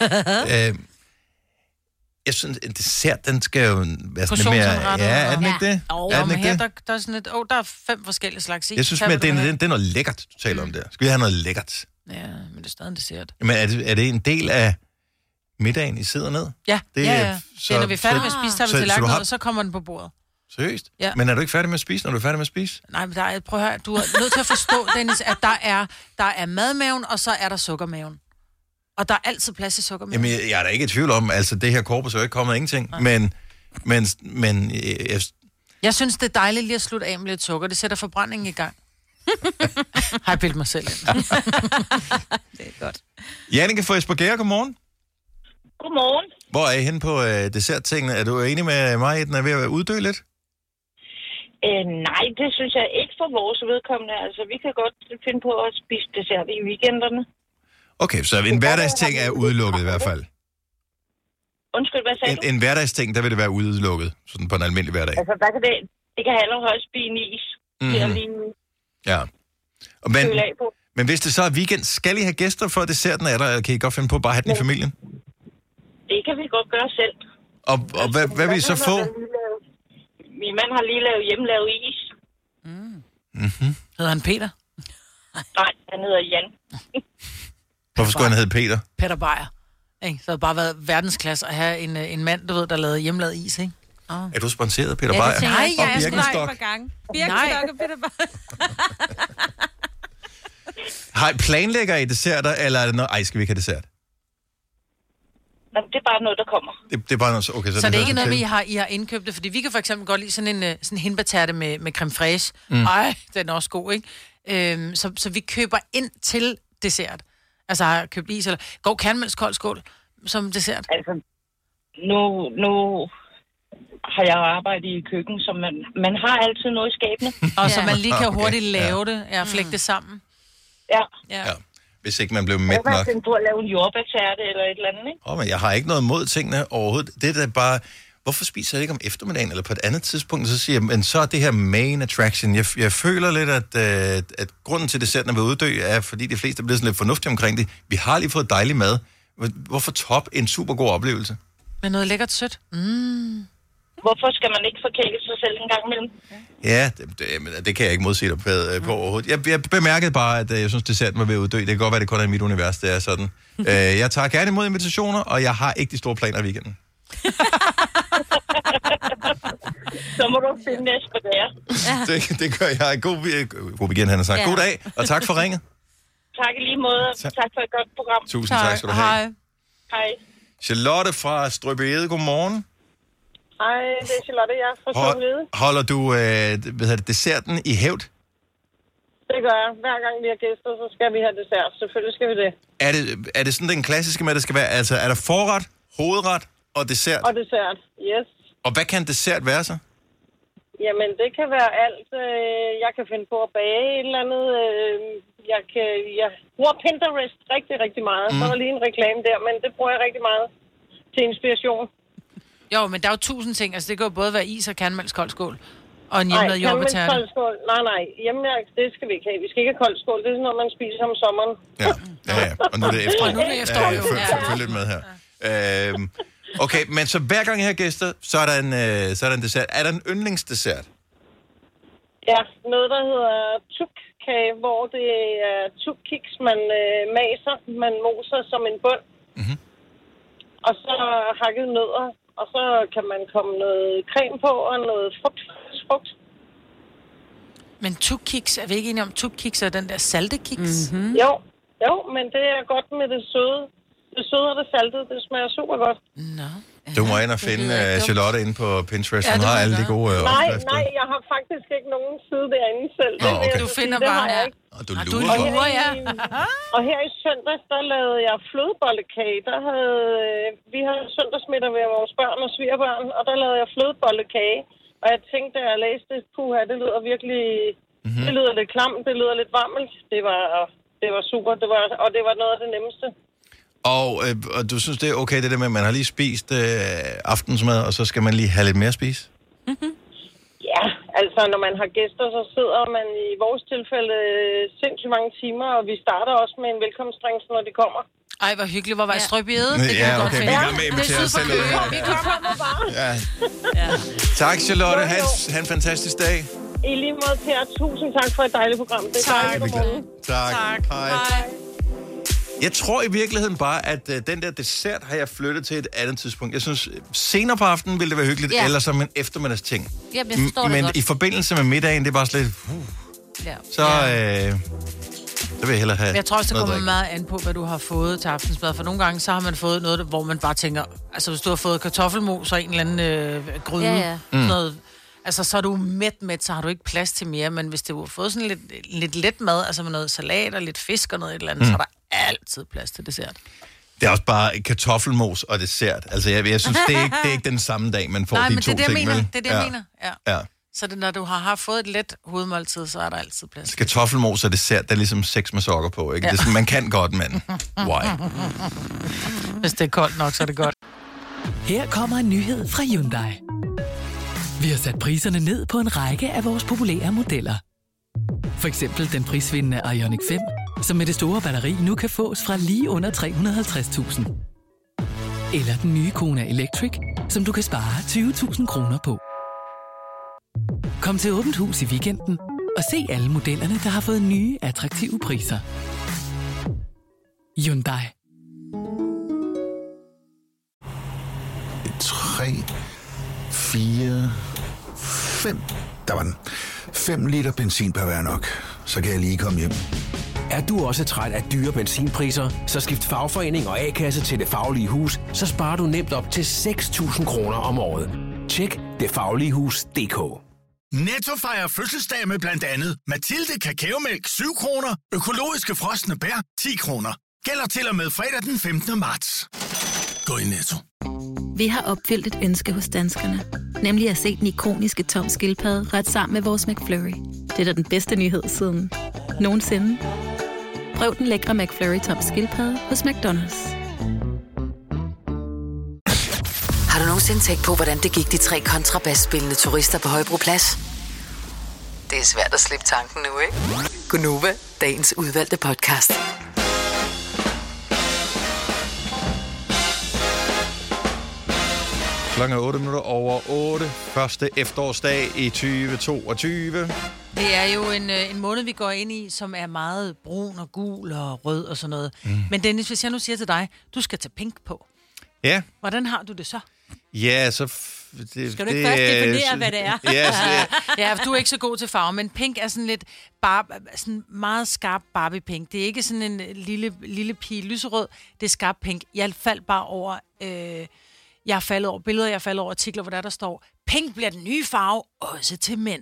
Jeg synes, en dessert, den skal jo være sådan mere... Ja, er den ikke det?
Men her, der er sådan lidt... der er 5 forskellige slags is.
Jeg synes, det er noget lækkert, du taler om der. Skal vi have noget lækkert?
Ja, men det er stadig en dessert.
Men er det en del af middagen, I sidder ned?
Ja, det er, når vi er færdige med at spise, tager vi til lagt og så kommer den på bordet.
Seriøst? Ja. Men er du ikke færdig med at spise, når du er færdig med at spise?
Nej, men prøv at høre, du er nødt til at forstå, Dennis, at der er madmaven, og så er der sukkermaven. Og der er altid plads i sukkermaven.
Jamen, jeg er da ikke i tvivl om, altså det her korpus er jo ikke kommet af ingenting, men
jeg synes, det er dejligt lige at slutte af med lidt sukker. Det sætter forbrændingen i gang. Har jeg bildt mig selv ind.
Det er godt.
Jannicke fra Esbjerg, godmorgen.
Godmorgen.
Hvor er I henne på desserttingene? Er du enig med mig, at den er ved at uddø lidt?
Nej, det synes jeg ikke for vores vedkommende. Altså, vi kan godt finde på at spise dessert i weekenderne.
Okay, så en hverdagsting er udelukket i hvert fald.
Undskyld, hvad sagde du?
En hverdagsting, der vil det være udelukket, sådan på en almindelig hverdag.
Altså, der kan det kan allerhøjst blive en is.
Ja. Men hvis det så er weekend, skal I have gæster for desserten, eller kan I godt finde på at bare have den i familien?
Det kan vi godt gøre selv.
Og hvad vil I så få?
Min mand har lige lavet hjemmelavet is.
Hedder han Peter?
Nej, han hedder Jan.
Hvorfor skulle han hedde Peter?
Peter Beyer. Så har det bare været verdensklasse at have en mand, du ved, der lavede hjemmelavet is, ikke?
Er du sponsoreret, Peter Beyer?
Nej, jeg er sgu nej for gang. Birkenstock og Peter Beyer.
Planlægger I desserter, eller er det noget, skal vi ikke have dessert?
Det er bare noget, der kommer.
Det er bare noget, okay.
Så det er ikke noget, I har indkøbt det? Fordi vi kan for eksempel godt lide sådan en hindbærtærte med creme fraiche. Den er også god, ikke? Så vi køber ind til dessert. Altså har købt is, eller går kernmælkskold skål som dessert?
Altså, nu har jeg arbejdet i køkken, så man har altid noget i skabene.
Og så man lige kan hurtigt lave det, flække det sammen.
Ja.
Hvis ikke man blev mæt nok.
Jeg kan på at lave en jordbærtærte eller et eller andet, ikke?
Men jeg har ikke noget mod tingene overhovedet. Det er da bare, hvorfor spiser jeg ikke om eftermiddagen eller på et andet tidspunkt? Så siger jeg, men så er det her main attraction. Jeg føler lidt, at grunden til, at desserten er ved at uddø, er, fordi de fleste er blevet sådan lidt fornuftige omkring det. Vi har lige fået dejlig mad. Hvorfor top en super god oplevelse?
Med noget lækkert sødt.
Hvorfor skal man ikke forkæle sig selv en gang imellem?
Ja, det kan jeg ikke modsige dig på overhovedet. Jeg bemærkede bare, at jeg synes, desserten var ved at uddø. Det kan godt være, det kun er i mit univers, det er sådan. Jeg tager gerne imod invitationer, og jeg har ikke de store planer i weekenden.
Så må du finde næste på det.
Det gør jeg. God weekend, han har sagt. God dag, og tak for ringet.
Tak i lige måde. Tak for et godt program.
Tusind tak skal du have.
Hej.
Charlotte fra Strøbede, godmorgen.
Hej, det er Charlotte, jeg fra Strøbede.
Holder du desserten i hævd?
Det gør jeg. Hver gang vi har gæster, så skal vi have dessert. Selvfølgelig skal vi det.
Er det sådan den klassiske med, at det skal være? Altså, er der forret, hovedret og dessert?
Og dessert, yes.
Og hvad kan dessert være så?
Jamen, det kan være alt. Jeg kan finde på at bage et eller andet. Jeg bruger Pinterest rigtig, rigtig meget. Så er der lige en reklame der, men det bruger jeg rigtig meget til inspiration.
Jo, men der er jo 1000 ting. Altså, det kan jo både være is og kernmælkskold skål. Og en hjemmelavet jordbærtærte.
Nej. Hjemmelavet, det skal vi ikke have. Vi skal ikke have kold skål. Det er sådan noget, man spiser om sommeren.
Ja. Og nu er det efterår.
Jeg
følger lidt med her. Okay, men så hver gang jeg har gæster, så er der en dessert. Er der en yndlingsdessert?
Ja, noget, der hedder tukkage, hvor det er tukkiks, man maser, man moser som en bund. Mm-hmm. Og så hakket nødder, og så kan man komme noget creme på og noget frugt.
Men tukkiks, er vi ikke enige om tukkiks og den der saltekiks?
Mm-hmm. Jo, men det er godt med det søde. Det søde og det saltede, det smager super godt.
Nå.
Du må ind og finde Charlotte inde på Pinterest. Hun har alle de gode opskrifter.
Nej, jeg har faktisk ikke nogen side derinde selv.
Okay.
Du finder bare her.
Og du lurer.
Og her i søndags, der lavede jeg flødebollekage. Vi havde søndagsmiddag ved vores børn og svigerbørn, og der lavede jeg flødebollekage. Og jeg tænkte, da jeg læste det, det lyder virkelig... Mm-hmm. Det lyder lidt klamt, det lyder lidt varmelt. Det var super, og det var noget af det nemmeste.
Og du synes, det er okay, det der med, at man har lige spist aftensmad, og så skal man lige have lidt mere at spise?
Mm-hmm. Ja, altså når man har gæster, så sidder man i vores tilfælde sindssygt mange timer, og vi starter også med en velkomstdrink, når de kommer.
Ej, hvor hyggeligt. Hvor var Strøbede?
Ja, okay, vi er med at invitere os selv ud her.
Vi kommer bare.
Ja. Tak, Charlotte. Ha' en fantastisk dag.
I lige måde til jer. Tusind tak for et dejligt program. Det er dejligt.
Tak. Hej. Jeg tror i virkeligheden bare, at den der dessert har jeg flyttet til et andet tidspunkt. Jeg synes, senere på aftenen ville det være hyggeligt, eller som en eftermiddagsting.
Jamen, jeg forstår det
Men
godt.
i forbindelse med middagen, det er bare slet... Så vil jeg hellere have.
Jeg tror også, det kommer meget an på, hvad du har fået til aftensmad. For nogle gange, så har man fået noget, hvor man bare tænker... Altså, hvis du har fået kartoffelmos og en eller anden gryde, noget... Altså, så er du mæt, så har du ikke plads til mere. Men hvis du har fået sådan lidt let mad, altså med noget salat og lidt fisk og noget et eller andet, så er der altid plads til dessert.
Det er også bare kartoffelmos og dessert. Altså, jeg synes, det er ikke den samme dag, man får de to ting.
Nej, men det er det, jeg mener. Ja. Så når du har fået et let hovedmåltid, så er der altid plads.
Kartoffelmos og dessert, der er ligesom sex med sokker på, ikke? Ja. Det er sådan, man kan godt, men why?
Hvis det er koldt nok, så er det godt.
Her kommer en nyhed fra Hyundai. Vi har sat priserne ned på en række af vores populære modeller. For eksempel den prisvindende Ioniq 5, som med det store batteri nu kan fås fra lige under 350.000. Eller den nye Kona Electric, som du kan spare 20.000 kroner på. Kom til Åbent Hus i weekenden og se alle modellerne, der har fået nye, attraktive priser. Hyundai.
3, 4, 5. Der var den. 5 liter benzin per hver nok. Så kan jeg lige komme hjem.
Er du også træt af dyre benzinpriser, så skift fagforening og A-kasse til Det Faglige Hus, så sparer du nemt op til 6.000 kroner om året. Tjek detfagligehus.dk.
Netto fejrer fødselsdag med blandt andet Mathilde Kakaomælk 7 kroner, økologiske frosne bær 10 kroner. Gælder til og med fredag den 15. marts. Gå i Netto.
Vi har opfyldt et ønske hos danskerne. Nemlig at se den ikoniske Tom Skildpadde ret sammen med vores McFlurry. Det er da den bedste nyhed siden nogensinde. Prøv den lækre McFlurry Tom Skildpadde hos McDonald's.
Har du nogensinde tænkt på, hvordan det gik de 3 kontrabasspillende turister på Højbroplads? Det er svært at slippe tanken nu, ikke? Gunova, dagens udvalgte podcast.
Klokken er 8 minutter over 8. Første efterårsdag i 2022.
Det er jo en måned, vi går ind i, som er meget brun og gul og rød og sådan noget. Men Dennis, hvis jeg nu siger til dig, du skal tage pink på.
Ja.
Hvordan har du det så?
Ja, så...
Skal du ikke først definere, hvad det er?
Ja, du er ikke så god til farve, men pink er sådan lidt sådan meget skarp Barbie-pink. Det er ikke sådan en lille pige lyserød, det er skarp pink. Jeg faldt bare over... Jeg har faldet over billeder, jeg har faldet over artikler, hvor der står, pink bliver den nye farve, også til mænd.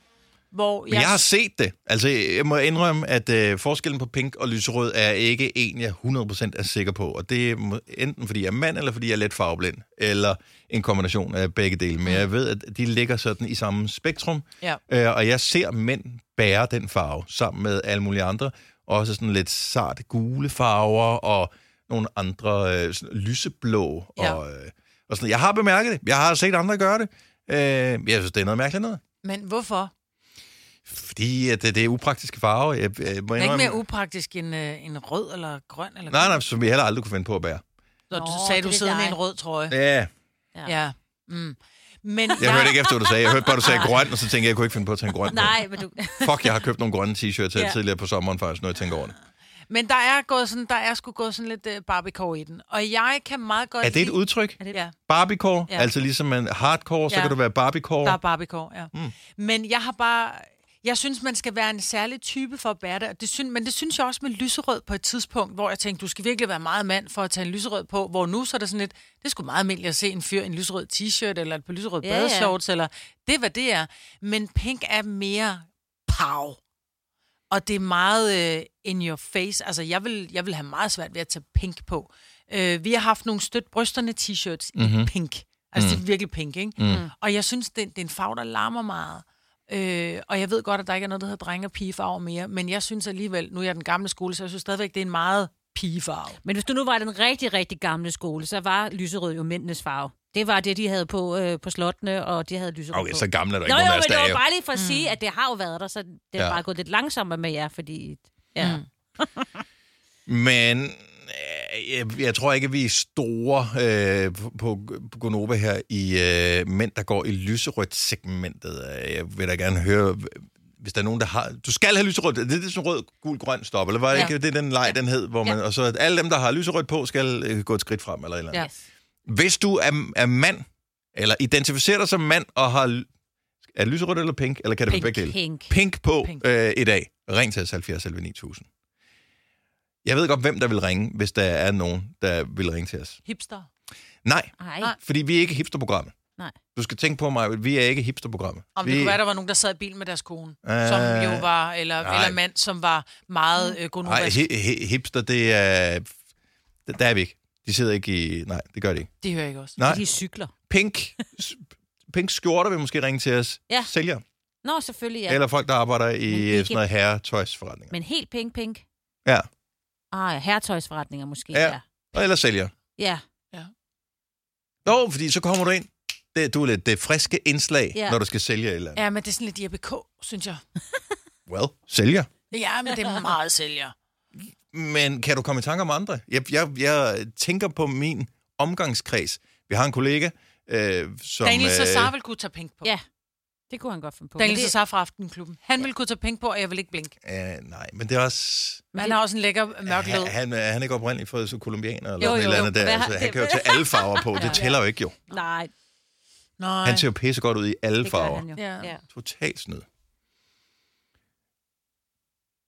Men jeg har set det. Altså, jeg må indrømme, at forskellen på pink og lyserød er ikke en, jeg 100% er sikker på. Og det er enten fordi jeg er mand, eller fordi jeg er let farveblind. Eller en kombination af begge dele. Men jeg ved, at de ligger sådan i samme spektrum. Ja. Og jeg ser mænd bære den farve sammen med alle mulige andre. Også sådan lidt sarte gule farver og nogle andre lyseblå. Ja. Og sådan. Jeg har bemærket det. Jeg har set andre gøre det. Jeg synes, det er noget mærkeligt noget.
Men hvorfor?
Fordi at det er upraktiske farver.
Det er ikke mere upraktisk end rød eller grøn? Eller
nej, som vi heller aldrig kunne finde på at bære.
Så du sagde, du sidder med en rød trøje?
Ja.
Men
jeg hørte ikke efter, hvad du sagde. Jeg hørte bare, du sagde grøn, og så tænkte jeg kunne ikke finde på at tage en grøn.
Nej, men du...
Fuck, jeg har købt nogle grønne t-shirts tidligere på sommeren faktisk, når jeg tænker over det.
Men der er sgu gået sådan lidt Barbiecore i den. Og jeg kan meget godt...
Er det et udtryk?
Ja.
Barbiecore? Ja. Altså ligesom en hardcore, så kan du være Barbiecore?
Der er Barbiecore, ja. Men jeg har bare... Jeg synes, man skal være en særlig type for at bære det. Men det synes jeg også med lyserød på et tidspunkt, hvor jeg tænkte, du skal virkelig være meget mand for at tage en lyserød på. Hvor nu så er det sådan lidt, det er sgu meget almindeligt at se en fyr i en lyserød t-shirt, eller et par lyserød badeshorts, eller det er, hvad det er. Men pink er mere pow. Og det er meget in your face. Altså, jeg vil have meget svært ved at tage pink på. Vi har haft nogle stødt brysterne t-shirts i pink. Altså, det er virkelig pink, ikke? Og jeg synes, det er en farve, der larmer meget. Og jeg ved godt, at der ikke er noget, der hedder drenge- og pigefarver mere, men jeg synes alligevel, nu er jeg den gamle skole, så jeg synes stadigvæk, det er en meget pigefarve.
Men hvis du nu var den rigtig, rigtig gamle skole, så var lyserød jo mændenes farve. Det var det, de havde på slottene, og de havde lyserød
okay,
på.
Så gamle er der ikke nogen af os,
men det var bare lige for at sige, at det har jo været der, så det er bare gået lidt langsommere med jer, fordi... Ja.
Men... Jeg tror ikke, at vi er store på Gonova her i mænd, der går i lyserødt segmentet. Jeg vil da gerne høre, hvis der er nogen, der har... Du skal have lyserødt. Det er sådan rød, gul, grøn stop, eller var det ikke? Det er den leg, den hed, hvor man... Og så alle dem, der har lyserødt på, skal gå et skridt frem, eller et eller andet. Hvis du er mand, eller identificerer dig som mand, og har... Er lyserødt eller pink? Eller kan det være begge dele? Pink på i dag. Ring til os 70 11 9000. Jeg ved godt, hvem der vil ringe, hvis der er nogen, der vil ringe til os.
Hipster?
Nej, fordi vi er ikke hipsterprogrammet.
Nej.
Du skal tænke på mig, vi er ikke hipsterprogrammet.
Om det kunne være, der var nogen, der sad i bil med deres kone, som jo var, eller mand, som var meget gonovask.
Nej, hipster, det er... Der er vi ikke. De sidder ikke i... Nej, det gør de ikke.
De hører ikke også.
Nej. De cykler.
Pink skjorter vil måske ringe til os.
Ja.
Sælger.
Nå, selvfølgelig, ja.
Eller folk, der arbejder i sådan noget herretøjsforretninger.
Men helt pink?
Ja.
Herretøjsforretninger måske,
ja. Eller sælger.
Ja.
Nå, fordi så kommer du ind. Du er lidt det friske indslag, når du skal sælge et eller andet.
Ja, men det er sådan lidt JBK, synes jeg.
Well, sælger.
Ja, men det er meget sælger.
Men kan du komme i tanke om andre? Jeg tænker på min omgangskreds. Vi har en kollega, som...
Daniel Cesar vil kunne tage pink på.
Ja, det kunne han godt finde på.
Daniel Cesar fra Aftenklubben. Han vil kunne tage pink på, og jeg vil ikke blinke.
Nej, men det er også...
Men han har også en lækker mørk lød.
Han er ikke oprindeligt fra kolumbianer eller noget eller andet der. Altså, han kan jo tage alle farver på. Det tæller jo ikke, jo.
Nej.
Han ser jo pisse godt ud i alle farver.
Ja.
Totalt snyd.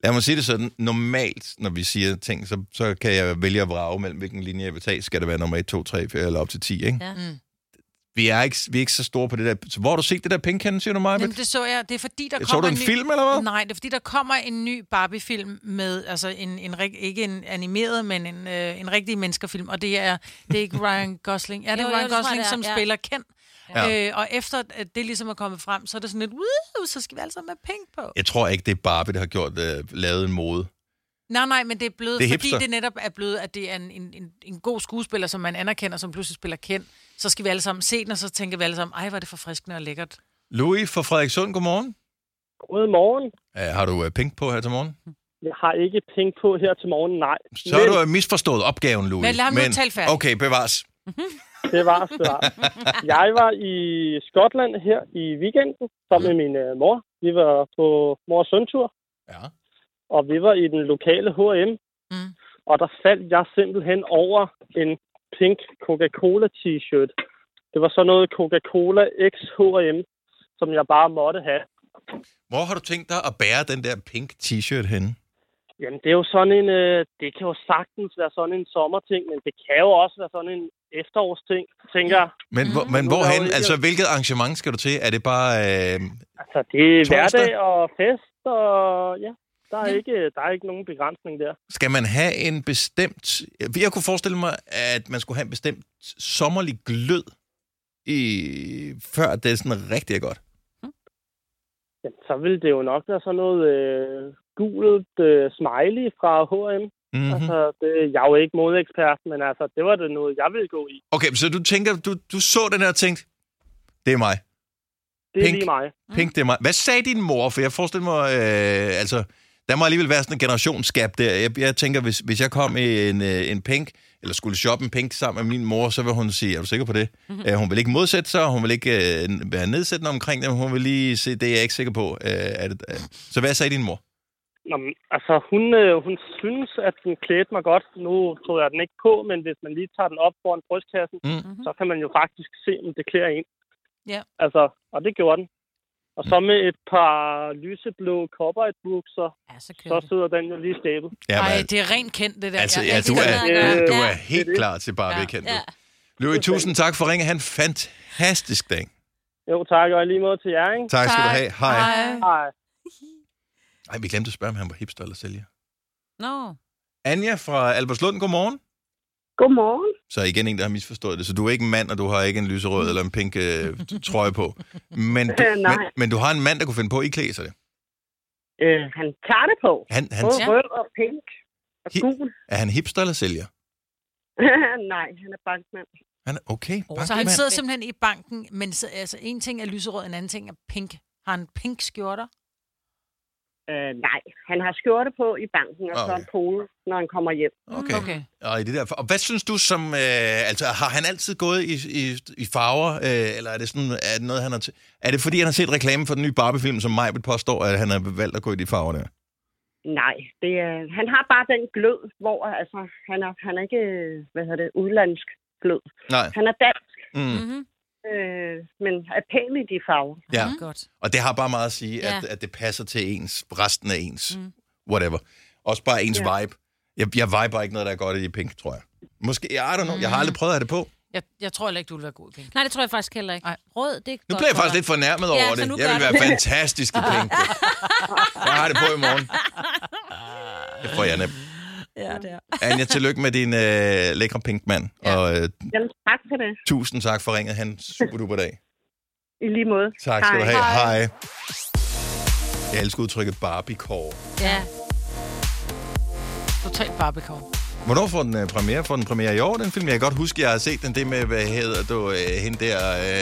Lad mig sige det sådan, normalt, når vi siger ting, så kan jeg vælge at vrage mellem, hvilken linje jeg vil tage. Skal det være nummer 1, 2, 3, 4 eller op til 10, ikke?
Ja.
Vi er ikke så store på det der. Så hvor har du set det der Pink Hen, siger du mig?
Jamen, det så jeg. Det er fordi, der
så
kommer
du en film, eller hvad?
Nej, det er fordi, der kommer en ny Barbie-film med, altså ikke en animeret, men en rigtig menneskerfilm. Og det er ikke Ryan Gosling. Er det Ryan Gosling, som spiller Ken? Ja. Og efter at det ligesom er kommet frem, så er det sådan lidt, så skal vi altså med Pink på.
Jeg tror ikke, det er Barbie, der har lavet en mode.
Nej, men det er blevet,
det er
fordi det netop er blevet, at det er en god skuespiller, som man anerkender, som pludselig spiller Ken. Så skal vi alle sammen se den, og så tænker vi alle sammen, ej, hvor er det forfriskende og lækkert.
Louis fra Frederikssund, godmorgen.
Godmorgen.
Har du pink på her til morgen?
Jeg har ikke pink på her til morgen, nej.
Så har du misforstået opgaven, Louis.
Men lad ham nu tale færdigt.
Okay, bevares.
Bevares. Jeg var i Skotland her i weekenden, sammen med min mor. Vi var på mor- og søntur.
Ja.
Og vi var i den lokale H&M. Og der faldt jeg simpelthen over en pink Coca-Cola t-shirt. Det var så noget Coca-Cola x H&M, som jeg bare måtte have.
Hvor har du tænkt dig at bære den der pink t-shirt henne?
Jamen, det er jo sådan en... det kan jo sagtens være sådan en sommerting, men det kan jo også være sådan en efterårsting, tænker jeg.
Men hvorhen? Altså, hvilket arrangement skal du til? Er det bare
altså, det er hverdag og fest, og ja, der er ikke nogen begrænsning der.
Skal man have en bestemt... Jeg kunne forestille mig, at man skulle have en bestemt sommerlig glød, før det er sådan rigtig godt.
Ja, så ville det jo nok være sådan noget gult smiley fra H&M. Mm-hmm. Altså, jeg er jo ikke modeekspert, men altså, det var det noget, jeg ville gå i.
Okay, så du tænker, du så den her og tænkte, det er mig.
Det er lige mig.
Pink, det er mig. Hvad sagde din mor? For jeg forestiller mig, altså, der må alligevel være sådan en generationsgab der. Jeg tænker, hvis jeg kom i en pink, eller skulle shoppe en pink sammen med min mor, så vil hun sige, er du sikker på det? Mm-hmm. Hun vil ikke modsætte sig, hun vil ikke være nedsættende omkring det, hun vil lige se, det er jeg ikke sikker på. Så hvad sagde din mor?
Nå, altså, hun synes, at den klædte mig godt. Nu tror jeg den ikke på, men hvis man lige tager den op foran brystkassen, så kan man jo faktisk se, om det klæder en.
Ja.
Altså, og det gjorde den. Og så med et par lyseblå cowboy-bukser, så sidder den jo lige stabet.
Ja, ej, det er rent kendt, det der.
Altså, du er helt klar til Barbie-kendt. Ja. Louis, tusind tak for ringe. Han en fantastisk dag.
Jo, tak. Og lige måde til jer, ikke?
Tak skal du have. Hej.
Hej.
Ej, vi glemte at spørge, om han var hipster eller sælger.
Nå.
Anja fra Albertslund, godmorgen.
Godmorgen.
Så igen en, der har misforstået det. Så du er ikke en mand, og du har ikke en lyserød eller en pink trøje på. Men du har en mand, der kunne finde på at iklæde sig det.
Han tager det på. Både rød og pink og gul.
Er han hipster eller sælger?
Nej, han er bankmand.
Han er okay.
Så han sidder simpelthen i banken, men altså, en ting er lyserød, en anden ting er pink. Har han pink skjorter?
Nej, han har skjorte på i banken, og så en pole, når han kommer hjem.
Okay. Og, og hvad synes du som... altså, har han altid gået i farver, eller er det sådan... Er det noget, han har er det fordi, han har set reklame for den nye Barbie-film, som Maj påstår, at han har valgt at gå i de farver der?
Nej, han har bare den glød, hvor altså, han er ikke, udlandsk glød.
Nej.
Han er dansk. Mm-hmm. Men er pæn i de farver.
Ja, godt. Og det har bare meget at sige, at det passer til resten af ens, whatever. Også bare ens vibe. Jeg viber ikke noget, der er godt i pink, tror jeg. Måske, I don't know, jeg har aldrig prøvet at have det på.
Jeg tror heller ikke, du vil være god i pink.
Nej, det tror jeg faktisk heller ikke. Rød, det er
nu bliver jeg faktisk lidt fornærmet over det. Jeg vil være fantastisk i pink. Jeg har det på i morgen. Det får jeg nemt.
Ja, det er.
Anja, tillykke med din lækre pink mand.
Ja.
Og,
tak for det.
Tusind tak for ringet. Han super duper dag.
I lige måde.
Tak skal du have. Hej. Jeg elsker udtrykket Barbie-core.
Ja. Totalt Barbie-core.
Hvornår får den premiere? Får den premiere i år, den film? Jeg kan godt huske, jeg har set den. Det med, hvad hedder du, hende der...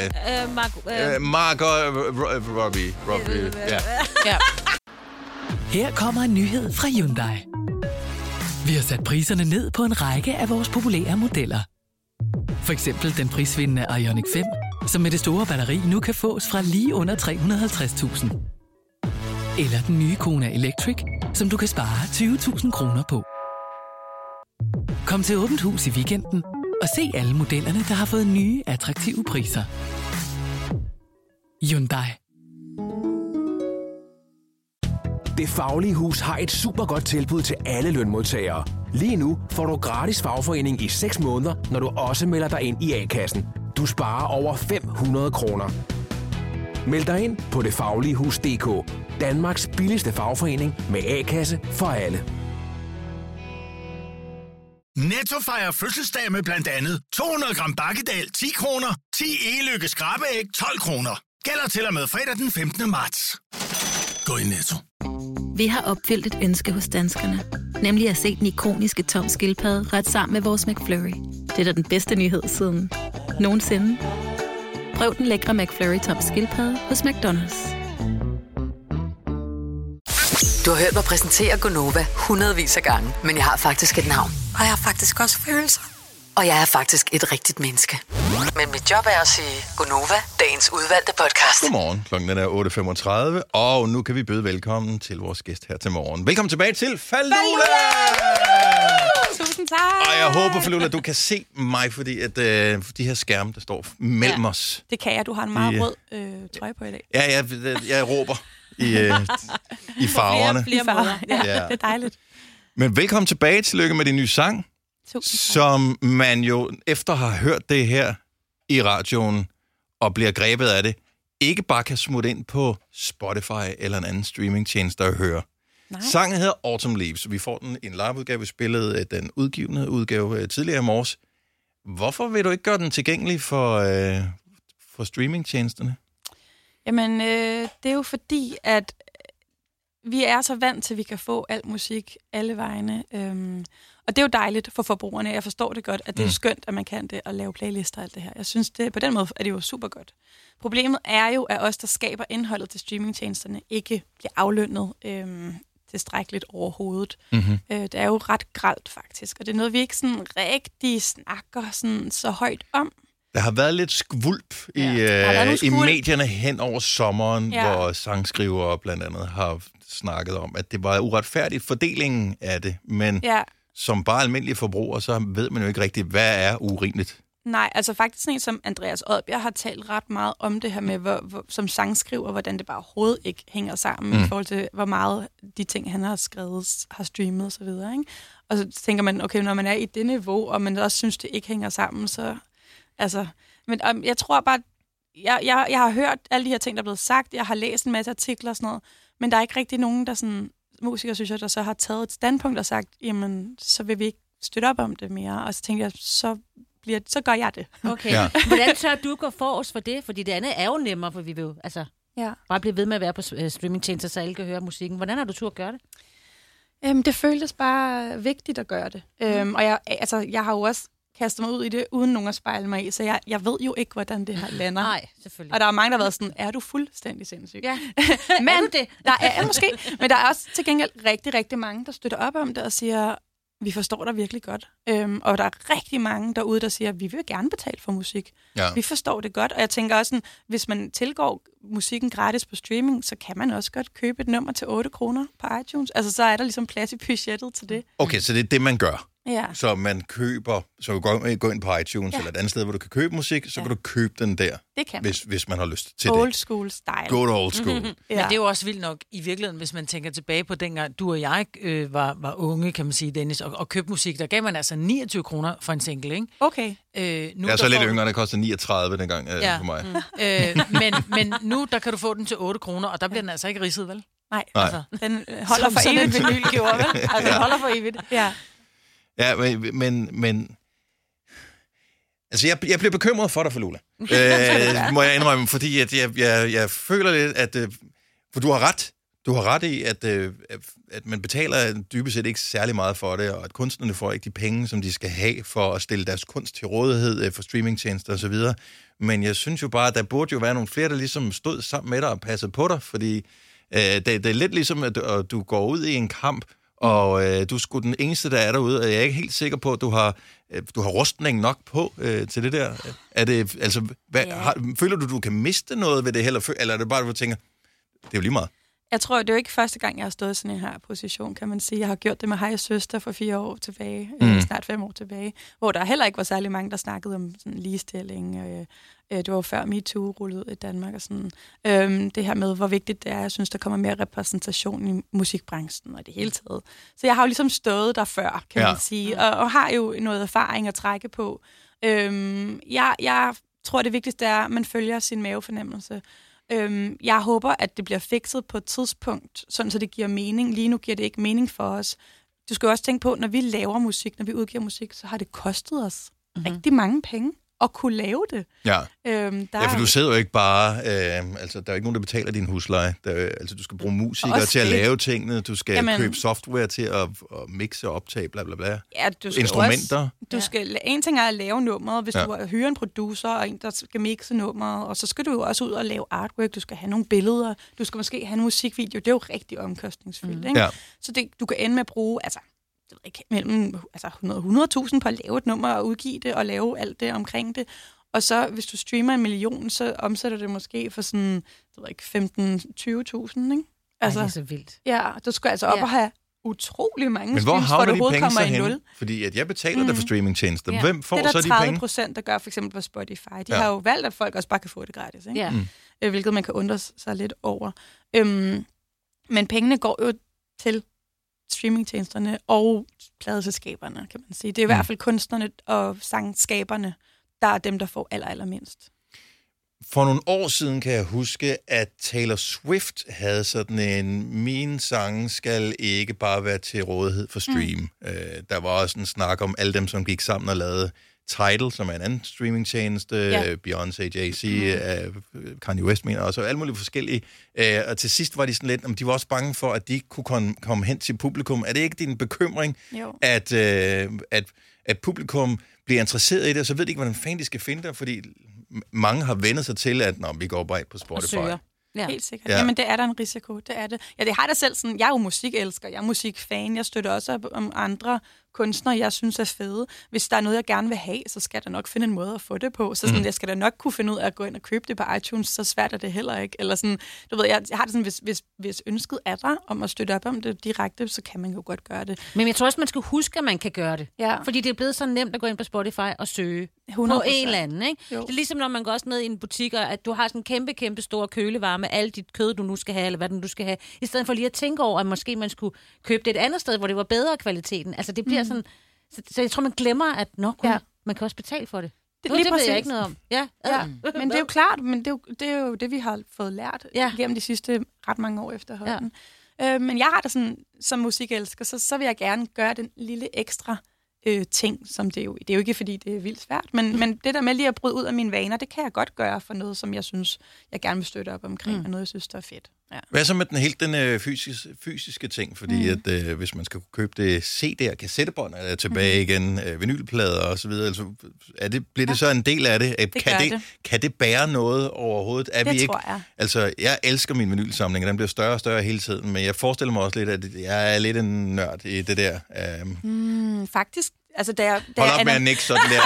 Margot Robbie.
Ja.
Her kommer en nyhed fra Hyundai. Vi har sat priserne ned på en række af vores populære modeller. For eksempel den prisvindende Ioniq 5, som med det store batteri nu kan fås fra lige under 350.000. Eller den nye Kona Electric, som du kan spare 20.000 kroner på. Kom til Åbent Hus i weekenden og se alle modellerne, der har fået nye, attraktive priser. Hyundai.
Det Faglige Hus har et super godt tilbud til alle lønmodtagere. Lige nu får du gratis fagforening i 6 måneder, når du også melder dig ind i A-kassen. Du sparer over 500 kroner. Meld dig ind på detfagligehus.dk. Danmarks billigste fagforening med A-kasse for alle.
Netto fejrer fødselsdag med blandt andet 200 gram bakkedal 10 kroner, 10 e-lykke skrabeæg 12 kroner. Gælder til og med fredag den 15. marts. Gå i Netto.
Vi har opfyldt et ønske hos danskerne. Nemlig at se den ikoniske Tom Skildpadde ret sammen med vores McFlurry. Det er da den bedste nyhed siden nogensinde. Prøv den lækre McFlurry Tom Skildpadde hos McDonald's.
Du har hørt mig præsentere Gonova hundredvis af gange, men jeg har faktisk et navn. Og jeg har faktisk også følelser. Og jeg er faktisk et rigtigt menneske. Men mit job er at sige Gonova, dagens udvalgte podcast.
Godmorgen, klokken er 8.35, og nu kan vi byde velkommen til vores gæst her til morgen. Velkommen tilbage til Falula!
Tusind tak!
Og jeg håber, Falula, du kan se mig, fordi at de her skærme, der står mellem os.
Det kan jeg. Du har en meget rød trøje på i dag.
Ja, jeg råber i farverne.
Flere farver. Ja, det er dejligt.
Men velkommen tilbage. Tillykke med din nye sang, som man jo efter at have hørt det her i radioen og bliver grebet af det, ikke bare kan smutte ind på Spotify eller en anden streamingtjeneste og høre. Nej. Sangen hedder Autumn Leaves. Vi får den i en liveudgave. Vi spillede den udgivende udgave tidligere i morges. Hvorfor vil du ikke gøre den tilgængelig for streamingtjenesterne?
Jamen, det er jo fordi, at vi er så vant til, at vi kan få al musik alle vegne. Og det er jo dejligt for forbrugerne. Jeg forstår det godt, at det er skønt, at man kan det og lave playlister og alt det her. Jeg synes, på den måde er det jo super godt. Problemet er jo, at os, der skaber indholdet til streamingtjenesterne, ikke bliver aflønnet tilstrækkeligt overhovedet. Mm-hmm. Det er jo ret grelt, faktisk. Og det er noget, vi ikke sådan rigtig snakker sådan så højt om.
Der har været lidt skvulp i medierne hen over sommeren, hvor sangskrivere blandt andet har snakket om, at det var uretfærdigt fordelingen af det, men som bare almindelige forbruger, så ved man jo ikke rigtigt, hvad er urimeligt.
Nej, altså faktisk sådan en som Andreas Odbjerg har talt ret meget om det her med, som sangskriver, hvordan det bare overhovedet ikke hænger sammen i forhold til, hvor meget de ting, han har skrevet, har streamet osv. Og så tænker man, okay, når man er i det niveau, og man også synes, det ikke hænger sammen, så... Altså, men jeg tror bare, jeg har hørt alle de her ting, der er blevet sagt, jeg har læst en masse artikler og sådan noget, men der er ikke rigtig nogen, der sådan, musikere synes jeg, der så har taget et standpunkt og sagt, jamen, så vil vi ikke støtte op om det mere, og så tænkte jeg, så gør jeg det.
Okay. Ja. Hvordan tør du gå forrest for det? Fordi det andet er jo nemmere, for vi vil altså bare blive ved med at være på streamingtjenester, så alle kan høre musikken. Hvordan har du tur at gøre det?
Det føltes bare vigtigt at gøre det. Og jeg har jo også kastet mig ud i det, uden nogen at spejle mig i, så jeg ved jo ikke, hvordan det her lander.
Nej, selvfølgelig.
Og der er mange, der har været sådan, er du fuldstændig sindssyg?
Ja.
Men er du det? Der er måske, men der er også til gengæld rigtig, rigtig mange, der støtter op om det og siger, vi forstår dig virkelig godt. Og der er rigtig mange derude, der siger, vi vil gerne betale for musik. Ja. Vi forstår det godt. Og jeg tænker også, sådan, hvis man tilgår musikken gratis på streaming, så kan man også godt købe et nummer til 8 kroner på iTunes. Altså, så er der ligesom plads i budgettet til det.
Okay, så det er det, man gør.
Ja.
Så man køber, så du går ind på iTunes eller et andet sted, hvor du kan købe musik, så kan du købe den der,
det kan man.
Hvis man har lyst til
old school style.
Good old school.
Men det er jo også vildt nok i virkeligheden, hvis man tænker tilbage på dengang du og jeg var unge, kan man sige, Dennis, og købte musik, der gav man altså 29 kroner for en single, ikke?
Okay.
Nu,
jeg er så lidt yngre, der koster 39 dengang for mig.
Men nu, der kan du få den til 8 kroner, og der bliver den altså ikke ridset, vel?
Nej. Altså, den holder for evigt. Den vinyl gjorde, vel? Altså, den holder for evigt. Ja.
Ja, men altså, jeg bliver bekymret for dig, Falula. Må jeg indrømme, fordi at jeg føler lidt, at for du har ret. Du har ret i, at man betaler dybest set ikke særlig meget for det, og at kunstnerne får ikke de penge, som de skal have for at stille deres kunst til rådighed for streamingtjenester osv. Men jeg synes jo bare, at der burde jo være nogle flere, der ligesom stod sammen med dig og passede på dig, fordi det er lidt ligesom, at du går ud i en kamp, og du er sgu den eneste, der er derude, og jeg er ikke helt sikker på, at du har rustning nok på til det der. Er det, altså, føler du kan miste noget ved det, eller er det bare, at du tænker, det er jo lige meget?
Jeg tror, det er jo ikke første gang, jeg har stået i sådan en her position, kan man sige. Jeg har gjort det med Hej Søster for 4 år tilbage, snart 5 år tilbage, hvor der heller ikke var særlig mange, der snakkede om sådan ligestilling. Det var før MeToo rullede ud i Danmark og sådan. Det her med, hvor vigtigt det er. Jeg synes, der kommer mere repræsentation i musikbranchen og det hele taget. Så jeg har jo ligesom stået der før, kan man sige, og har jo noget erfaring at trække på. Jeg tror, det vigtigste er, at man følger sin mavefornemmelse. Jeg håber, at det bliver fikset på et tidspunkt, sådan så det giver mening. Lige nu giver det ikke mening for os. Du skal også tænke på, når vi laver musik, når vi udgiver musik, så har det kostet os rigtig mange penge at kunne lave det.
Ja, for du sidder jo ikke bare... altså, der er ikke nogen, der betaler din husleje. Altså, du skal bruge musikere til at lave tingene. Du skal købe software til at mixe og optage, bla bla bla.
Ja,
instrumenter.
En ting er at lave nummeret, hvis du hyrer en producer og en, der skal mixe nummeret. Og så skal du jo også ud og lave artwork. Du skal have nogle billeder. Du skal måske have en musikvideo. Det er jo rigtig omkostningsfyldt, ikke? Ja. Så du kan ende med at bruge... mellem 100.000 på at lave et nummer og udgive det og lave alt det omkring det. Og så, hvis du streamer 1 million, så omsætter det måske for sådan, 15-20.000, ikke? Altså,
det er så vildt.
Ja, du skal altså op og have utrolig mange
men hvor
streams, for
de
overhovedet
penge
kommer
så
i nul.
Fordi at jeg betaler det for streamingtjenester. Hvem får så de penge?
Det er der 30%, der gør for eksempel på Spotify. De har jo valgt, at folk også bare kan få det gratis, ikke? Hvilket man kan undre sig lidt over. Men pengene går jo til streamingtjenesterne og pladeselskaberne, kan man sige. Det er i hvert fald kunstnerne og sangskaberne, der er dem, der får allermindst.
For nogle år siden kan jeg huske, at Taylor Swift havde sådan en, mine sange skal ikke bare være til rådighed for stream. Der var også en snak om alle dem, som gik sammen og lavede Tidal, som er en anden streamingtjeneste, Beyoncé, Jay-Z, Kanye West mener også, og alle mulige forskellige. Og til sidst var de sådan lidt, de var også bange for, at de ikke kunne komme hen til publikum. Er det ikke din bekymring, at publikum bliver interesseret i det, og så ved de ikke, hvordan fanden de skal finde det, fordi mange har vendt sig til, at vi går bare på Spotify.
Ja. Helt sikkert. Ja. Jamen, det er der en risiko. Det er det. Ja, det har der selv sådan. Jeg er jo musikelsker, jeg er musikfan, jeg støtter også op om andre kunstnere, jeg synes er fede. Hvis der er noget, jeg gerne vil have, så skal jeg da nok finde en måde at få det på. Så sådan, jeg skal da nok kunne finde ud af at gå ind og købe det på iTunes, så svært er det heller ikke. Eller sådan, du ved, jeg har det sådan, hvis ønsket er der om at støtte op om det direkte, så kan man jo godt gøre det.
Men jeg tror også, man skal huske, at man kan gøre det. Ja. Fordi det er blevet så nemt at gå ind på Spotify og søge 100%. På en eller anden, ikke? Jo. Det er ligesom, når man går også ned i en butik, og at du har sådan en kæmpe stor kølevarer med alt dit kød, du nu skal have, eller hvad du skal have, i stedet for lige at tænke over, at måske man skulle købe det et andet sted, hvor det var bedre kvaliteten. Altså, det bliver sådan... Så jeg tror, man glemmer, at man kan også betale for det. Det ved jeg ikke noget om. Ja.
Men det er jo klart, men det er jo det, vi har fået lært gennem de sidste ret mange år efterhånden. Ja. Men jeg har det sådan, som musikelsker, så vil jeg gerne gøre den lille ekstra ting, som det er jo ikke, fordi det er vildt svært, men det der med lige at bryde ud af mine vaner, det kan jeg godt gøre for noget, som jeg synes, jeg gerne vil støtte op omkring, og noget, jeg synes, der er fedt. Ja.
Hvad så med den fysiske ting? Fordi at, hvis man skal kunne købe det CD'er, kassettebånd er tilbage igen, vinylplader og så videre, altså, bliver det så en del af det? Kan det bære noget overhovedet?
Tror jeg.
Altså, jeg elsker min vinylsamling, og den bliver større og større hele tiden, men jeg forestiller mig også lidt, at jeg er lidt en nørd i det der.
Faktisk. Altså, da
hold op med at nikke sådan der.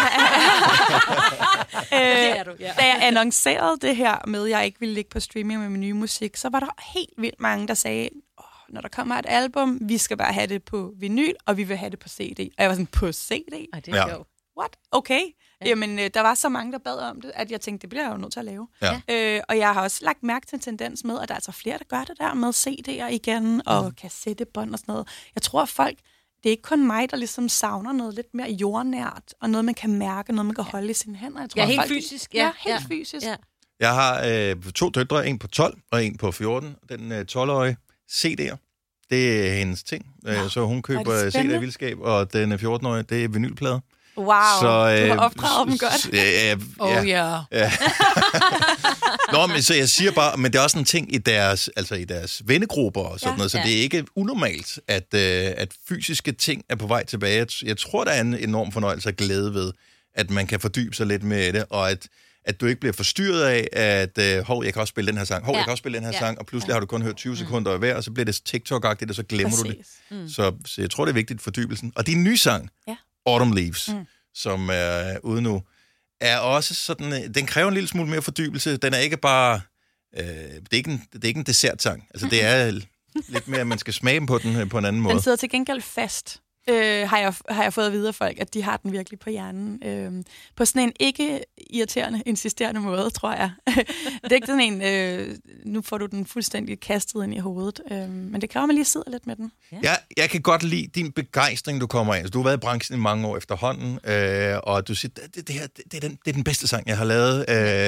Da jeg annoncerede det her med, at jeg ikke ville ligge på streaming med min nye musik, så var der helt vildt mange, der sagde, når der kommer et album, vi skal bare have det på vinyl, og vi vil have det på CD. Og jeg var sådan, på CD?
Ej, det er sjovt.
What? Okay. Ja. Jamen, der var så mange, der bad om det, at jeg tænkte, det bliver jeg jo nødt til at lave. Ja. Og jeg har også lagt mærke til en tendens med, at der er altså flere, der gør det der med CD'er igen, og kassettebånd og sådan noget. Jeg tror, at folk... Det er ikke kun mig, der ligesom savner noget lidt mere jordnært, og noget, man kan mærke, noget, man kan holde i sine hænder. Jeg tror,
helt fysisk.
Ja, helt fysisk. Ja.
Jeg har 2 døtre, en på 12 og en på 14. Den 12-årige CD'er, det er hendes ting. Så hun køber CD'er i vildskab, og den 14-årige, det er vinylplader.
Wow, så, du har opdraget dem godt.
Ja. Nå, men så jeg siger bare, men det er også en ting i deres vennegrupper og sådan noget, så det er ikke unormalt, at fysiske ting er på vej tilbage. Jeg tror, der er en enorm fornøjelse og glæde ved, at man kan fordybe sig lidt med det, og at du ikke bliver forstyrret af, at jeg kan også spille den her sang, jeg kan også spille den her sang, og pludselig har du kun hørt 20 sekunder af hver, og så bliver det TikTok-agtigt, og så glemmer du det. Så jeg tror, det er vigtigt, fordybelsen. Og din nye sang, Autumn Leaves, som er ude nu, er også sådan, den kræver en lille smule mere fordybelse. Den er ikke bare det er ikke en dessertsang. Altså, det er lidt mere, at man skal smage dem på den på en anden måde.
Den sidder til gengæld fast. Har jeg fået at vide af folk, at de har den virkelig på hjernen. På sådan en ikke-irriterende, insisterende måde, tror jeg. Det er ikke sådan en, nu får du den fuldstændig kastet ind i hovedet. Men det kræver, at man lige sidder lidt med den.
Ja. Jeg kan godt lide din begejstring, du kommer ind. Altså, du har været i branchen i mange år efterhånden, og du siger, det er den bedste sang, jeg har lavet.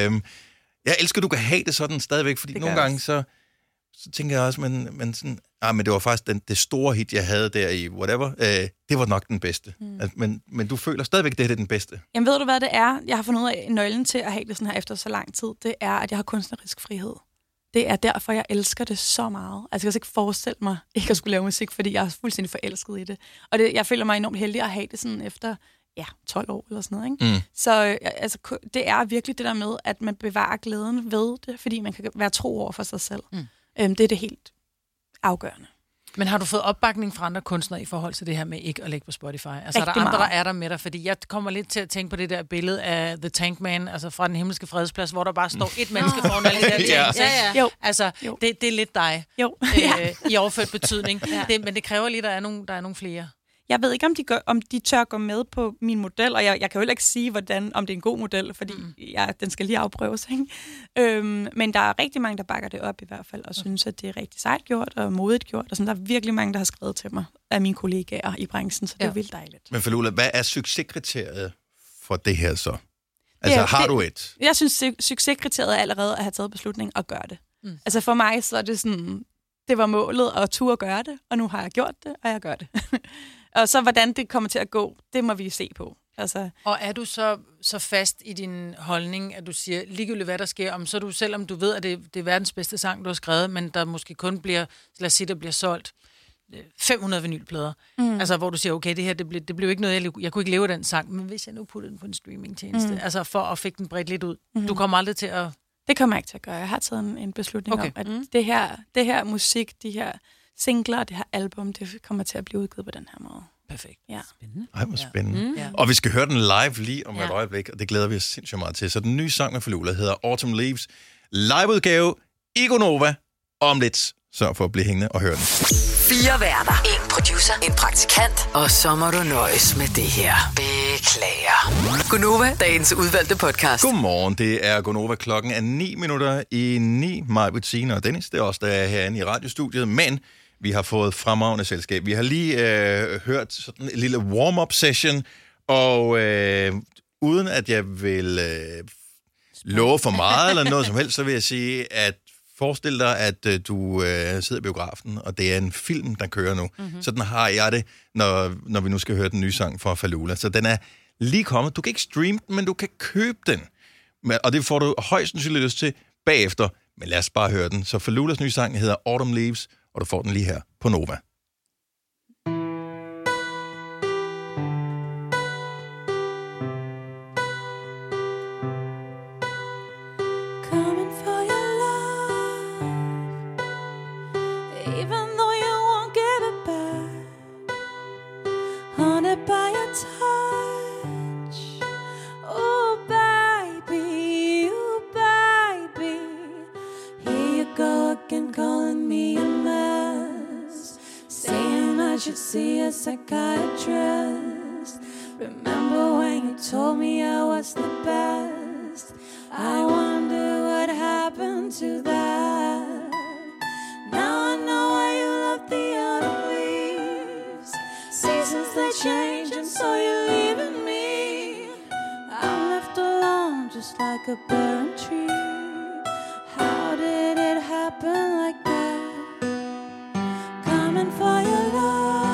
Jeg elsker, at du kan have det sådan stadigvæk, fordi nogle gange så tænker jeg også, men sådan, men det var faktisk det store hit, jeg havde der i whatever, det var nok den bedste. Altså, men du føler stadigvæk, det er den bedste.
Jamen ved du, hvad det er? Jeg har fundet ud af, nøglen til at have det sådan her efter så lang tid, det er, at jeg har kunstnerisk frihed. Det er derfor, jeg elsker det så meget. Altså, jeg kan ikke forestille mig ikke at skulle lave musik, fordi jeg er fuldstændig forelsket i det. Og jeg føler mig enormt heldig at have det sådan efter 12 år eller sådan noget, ikke? Så altså, det er virkelig det der med, at man bevarer glæden ved det, fordi man kan være tro over for sig selv. Det er det helt afgørende.
Men har du fået opbakning fra andre kunstnere i forhold til det her med ikke at lægge på Spotify? Altså, er der andre, der er der med dig? Fordi jeg kommer lidt til at tænke på det der billede af The Tank Man, altså fra Den Himmelske Fredsplads, hvor der bare står et menneske foran alle de der ting.
Jo.
Altså,
jo.
Det er lidt dig.
Jo.
I overført betydning. Men det kræver lige, at der er nogle flere.
Jeg ved ikke, om de tør gå med på min model, og jeg kan jo heller ikke sige, om det er en god model, fordi den skal lige afprøves. Ikke? Men der er rigtig mange, der bakker det op i hvert fald, og synes, at det er rigtig sejt gjort og modigt gjort. Og sådan, der er virkelig mange, der har skrevet til mig af mine kollegaer i branchen, så det er vildt dejligt.
Men Falula, hvad er succeskriteriet for det her så? Altså, har du et?
Jeg synes, succeskriteriet er allerede at have taget beslutningen og gøre det. Altså for mig, så er det sådan, det var målet at turde gøre det, og nu har jeg gjort det, og jeg gør det. Og så hvordan det kommer til at gå, det må vi se på. Altså. Og er du så fast i din holdning, at du siger, ligegyldigt hvad der sker, så er du, selvom du ved, at det er verdens bedste sang, du har skrevet, men der måske kun bliver, lad os sige, der bliver solgt 500 vinylplader. Altså, hvor du siger, okay, det her, det blev ikke noget, jeg kunne ikke leve af den sang, men hvis jeg nu puttede den på en streamingtjeneste, altså for at fik den bredt lidt ud. Du kommer aldrig til at... Det kommer jeg ikke til at gøre. Jeg har taget en beslutning om, at det her musik, de her singler, det her album, det kommer til at blive udgivet på den her måde. Perfekt. Ja.
Spændende. Ej, hvor spændende. Ja. Og vi skal høre den live lige om et øjeblik, og det glæder vi os sindssygt meget til. Så den nye sang med Falula hedder Autumn Leaves. Liveudgave i Gonova om lidt. Sørg for at blive hængende og høre den.
4 værter. 1 producer. En praktikant. Og så må du nøjes med det her. Beklager. Gonova, dagens udvalgte podcast.
Godmorgen, det er Gonova. Klokken er 9:09. Mig, Bettina og Dennis, det er også der er herinde i radiostudiet, men vi har fået fremragende selskab. Vi har lige hørt sådan en lille warm-up session, og uden at jeg vil love for meget eller noget som helst, så vil jeg sige, at forestil dig, at du sidder i biografen, og det er en film, der kører nu. Sådan har jeg det, når vi nu skal høre den nye sang fra Falula. Så den er lige kommet. Du kan ikke streame den, men du kan købe den. Og det får du højst sandsynligt lyst til bagefter. Men lad os bare høre den. Så Falulas nye sang hedder Autumn Leaves, og du får den lige her på Nova.
See a psychiatrist. Remember when you told me I was the best? I wonder what happened to that. Now I know why you love the autumn leaves. Seasons they change and so you're leaving me. I'm left alone just like a barren tree. How did it happen like that? Coming for your love.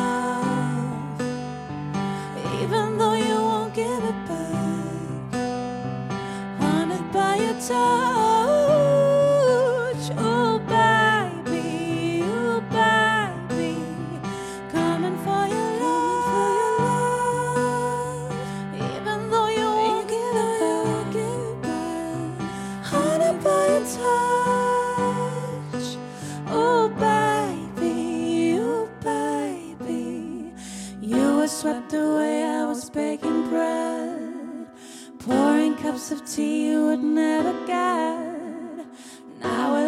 Touch, oh baby, coming for your love, even though you won't give it back, haunted by your touch, oh baby, you were swept away, I was baking bread, pouring cups of tea you would never get. Now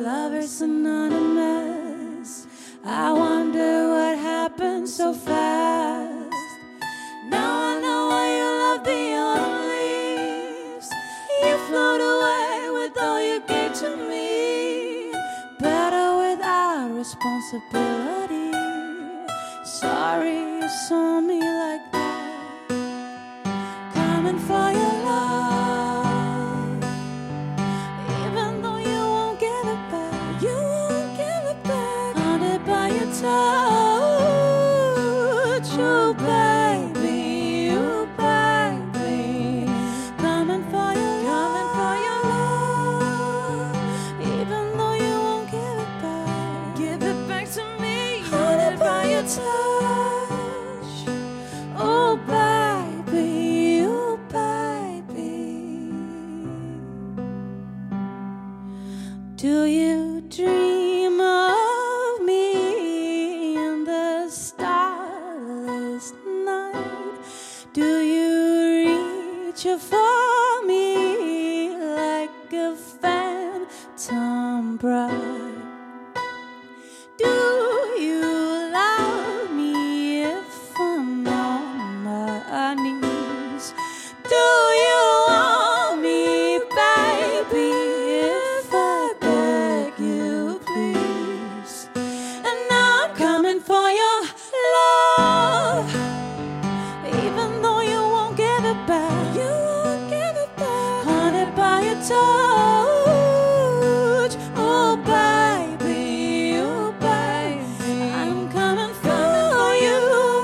lovers anonymous. I wonder what happened so fast. Now I know why you love the autumn leaves. You float away with all you gave to me. Better without responsibility. Sorry you saw me like that. Coming for your love. Even though you won't give it back. You won't give it back. Haunted by your touch. Oh baby, oh baby. Coming for your love. Even though you won't give it back. Give it back to me. Haunted by your touch. Oh baby, oh baby. Do you dream of me in the starless night? Do you reach for me like a phantom bride? Do you love me if I'm on my knees? Do you want me, baby, if I beg you, please? And now I'm coming for your love. Even though you won't give it back. You won't give it back. Haunted by your touch. Oh baby, oh baby. I'm coming for you,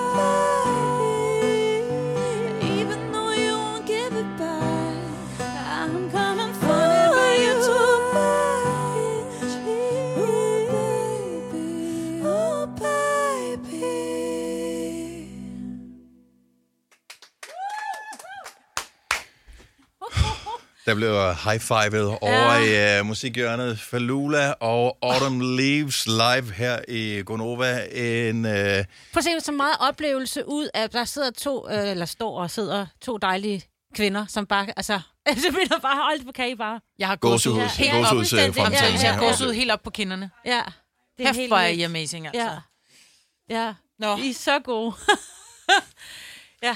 baby. Even though you won't give it back. I'm coming for you, baby. Oh baby.
Der blev high-fivet over i musikhjørnet. Falula og Autumn Leaves live her i Gonova.
Prøv at se, så meget oplevelse ud af, der sidder sidder to dejlige kvinder, som bare, altså, det bliver bare holdt på kage bare.
Jeg har
gåsehud
helt op på kinderne.
Ja.
Det er helt vildt. Amazing, altså.
Ja.
Nå.
I er så gode. Ja.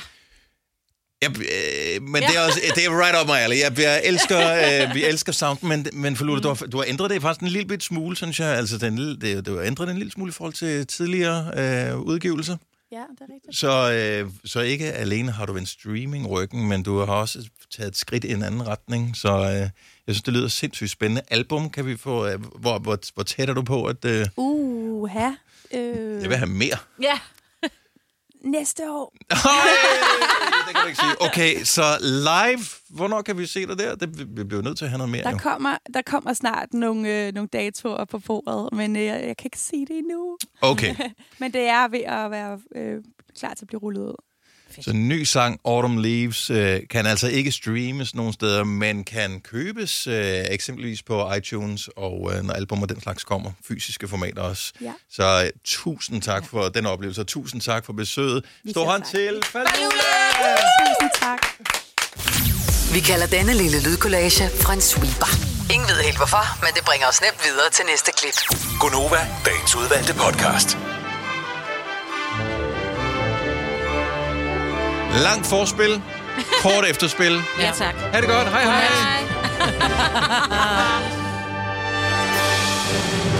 Men det er også, det er right up my alley. Vi elsker sounden, men for Lula, du har ændret det faktisk en lille bit smule, synes jeg. Altså, du har ændret det en lille smule i forhold til tidligere udgivelser.
Ja, det er rigtigt.
Så ikke alene har du en streaming ryggen, men du har også taget et skridt i en anden retning. Så jeg synes, det lyder sindssygt spændende. Album kan vi få. Hvor tæt er du på, at... Jeg vil have mere.
Ja. Næste år.
Det kan du ikke sige. Okay, så live, hvornår kan vi se dig der? Vi bliver nødt til at have noget mere.
Der kommer snart nogle datoer på bordet, men jeg kan ikke sige det endnu.
Okay.
Men det er ved at være klar til at blive rullet ud.
Så en ny sang, Autumn Leaves, kan altså ikke streames nogen steder, men kan købes eksempelvis på iTunes, og når album og den slags kommer, fysiske formater også. Ja. Så tusind tak for den oplevelse, og tusind tak for besøget. Stor hånd til Falula!
Tusind tak.
Vi kalder denne lille lydkollage en sweeper. Ingen ved helt hvorfor, men det bringer os nemt videre til næste klip.
Gonova, dagens udvalgte podcast.
Langt forspil, kort efterspil.
Ja, tak.
Ha' det godt. Hej, hej.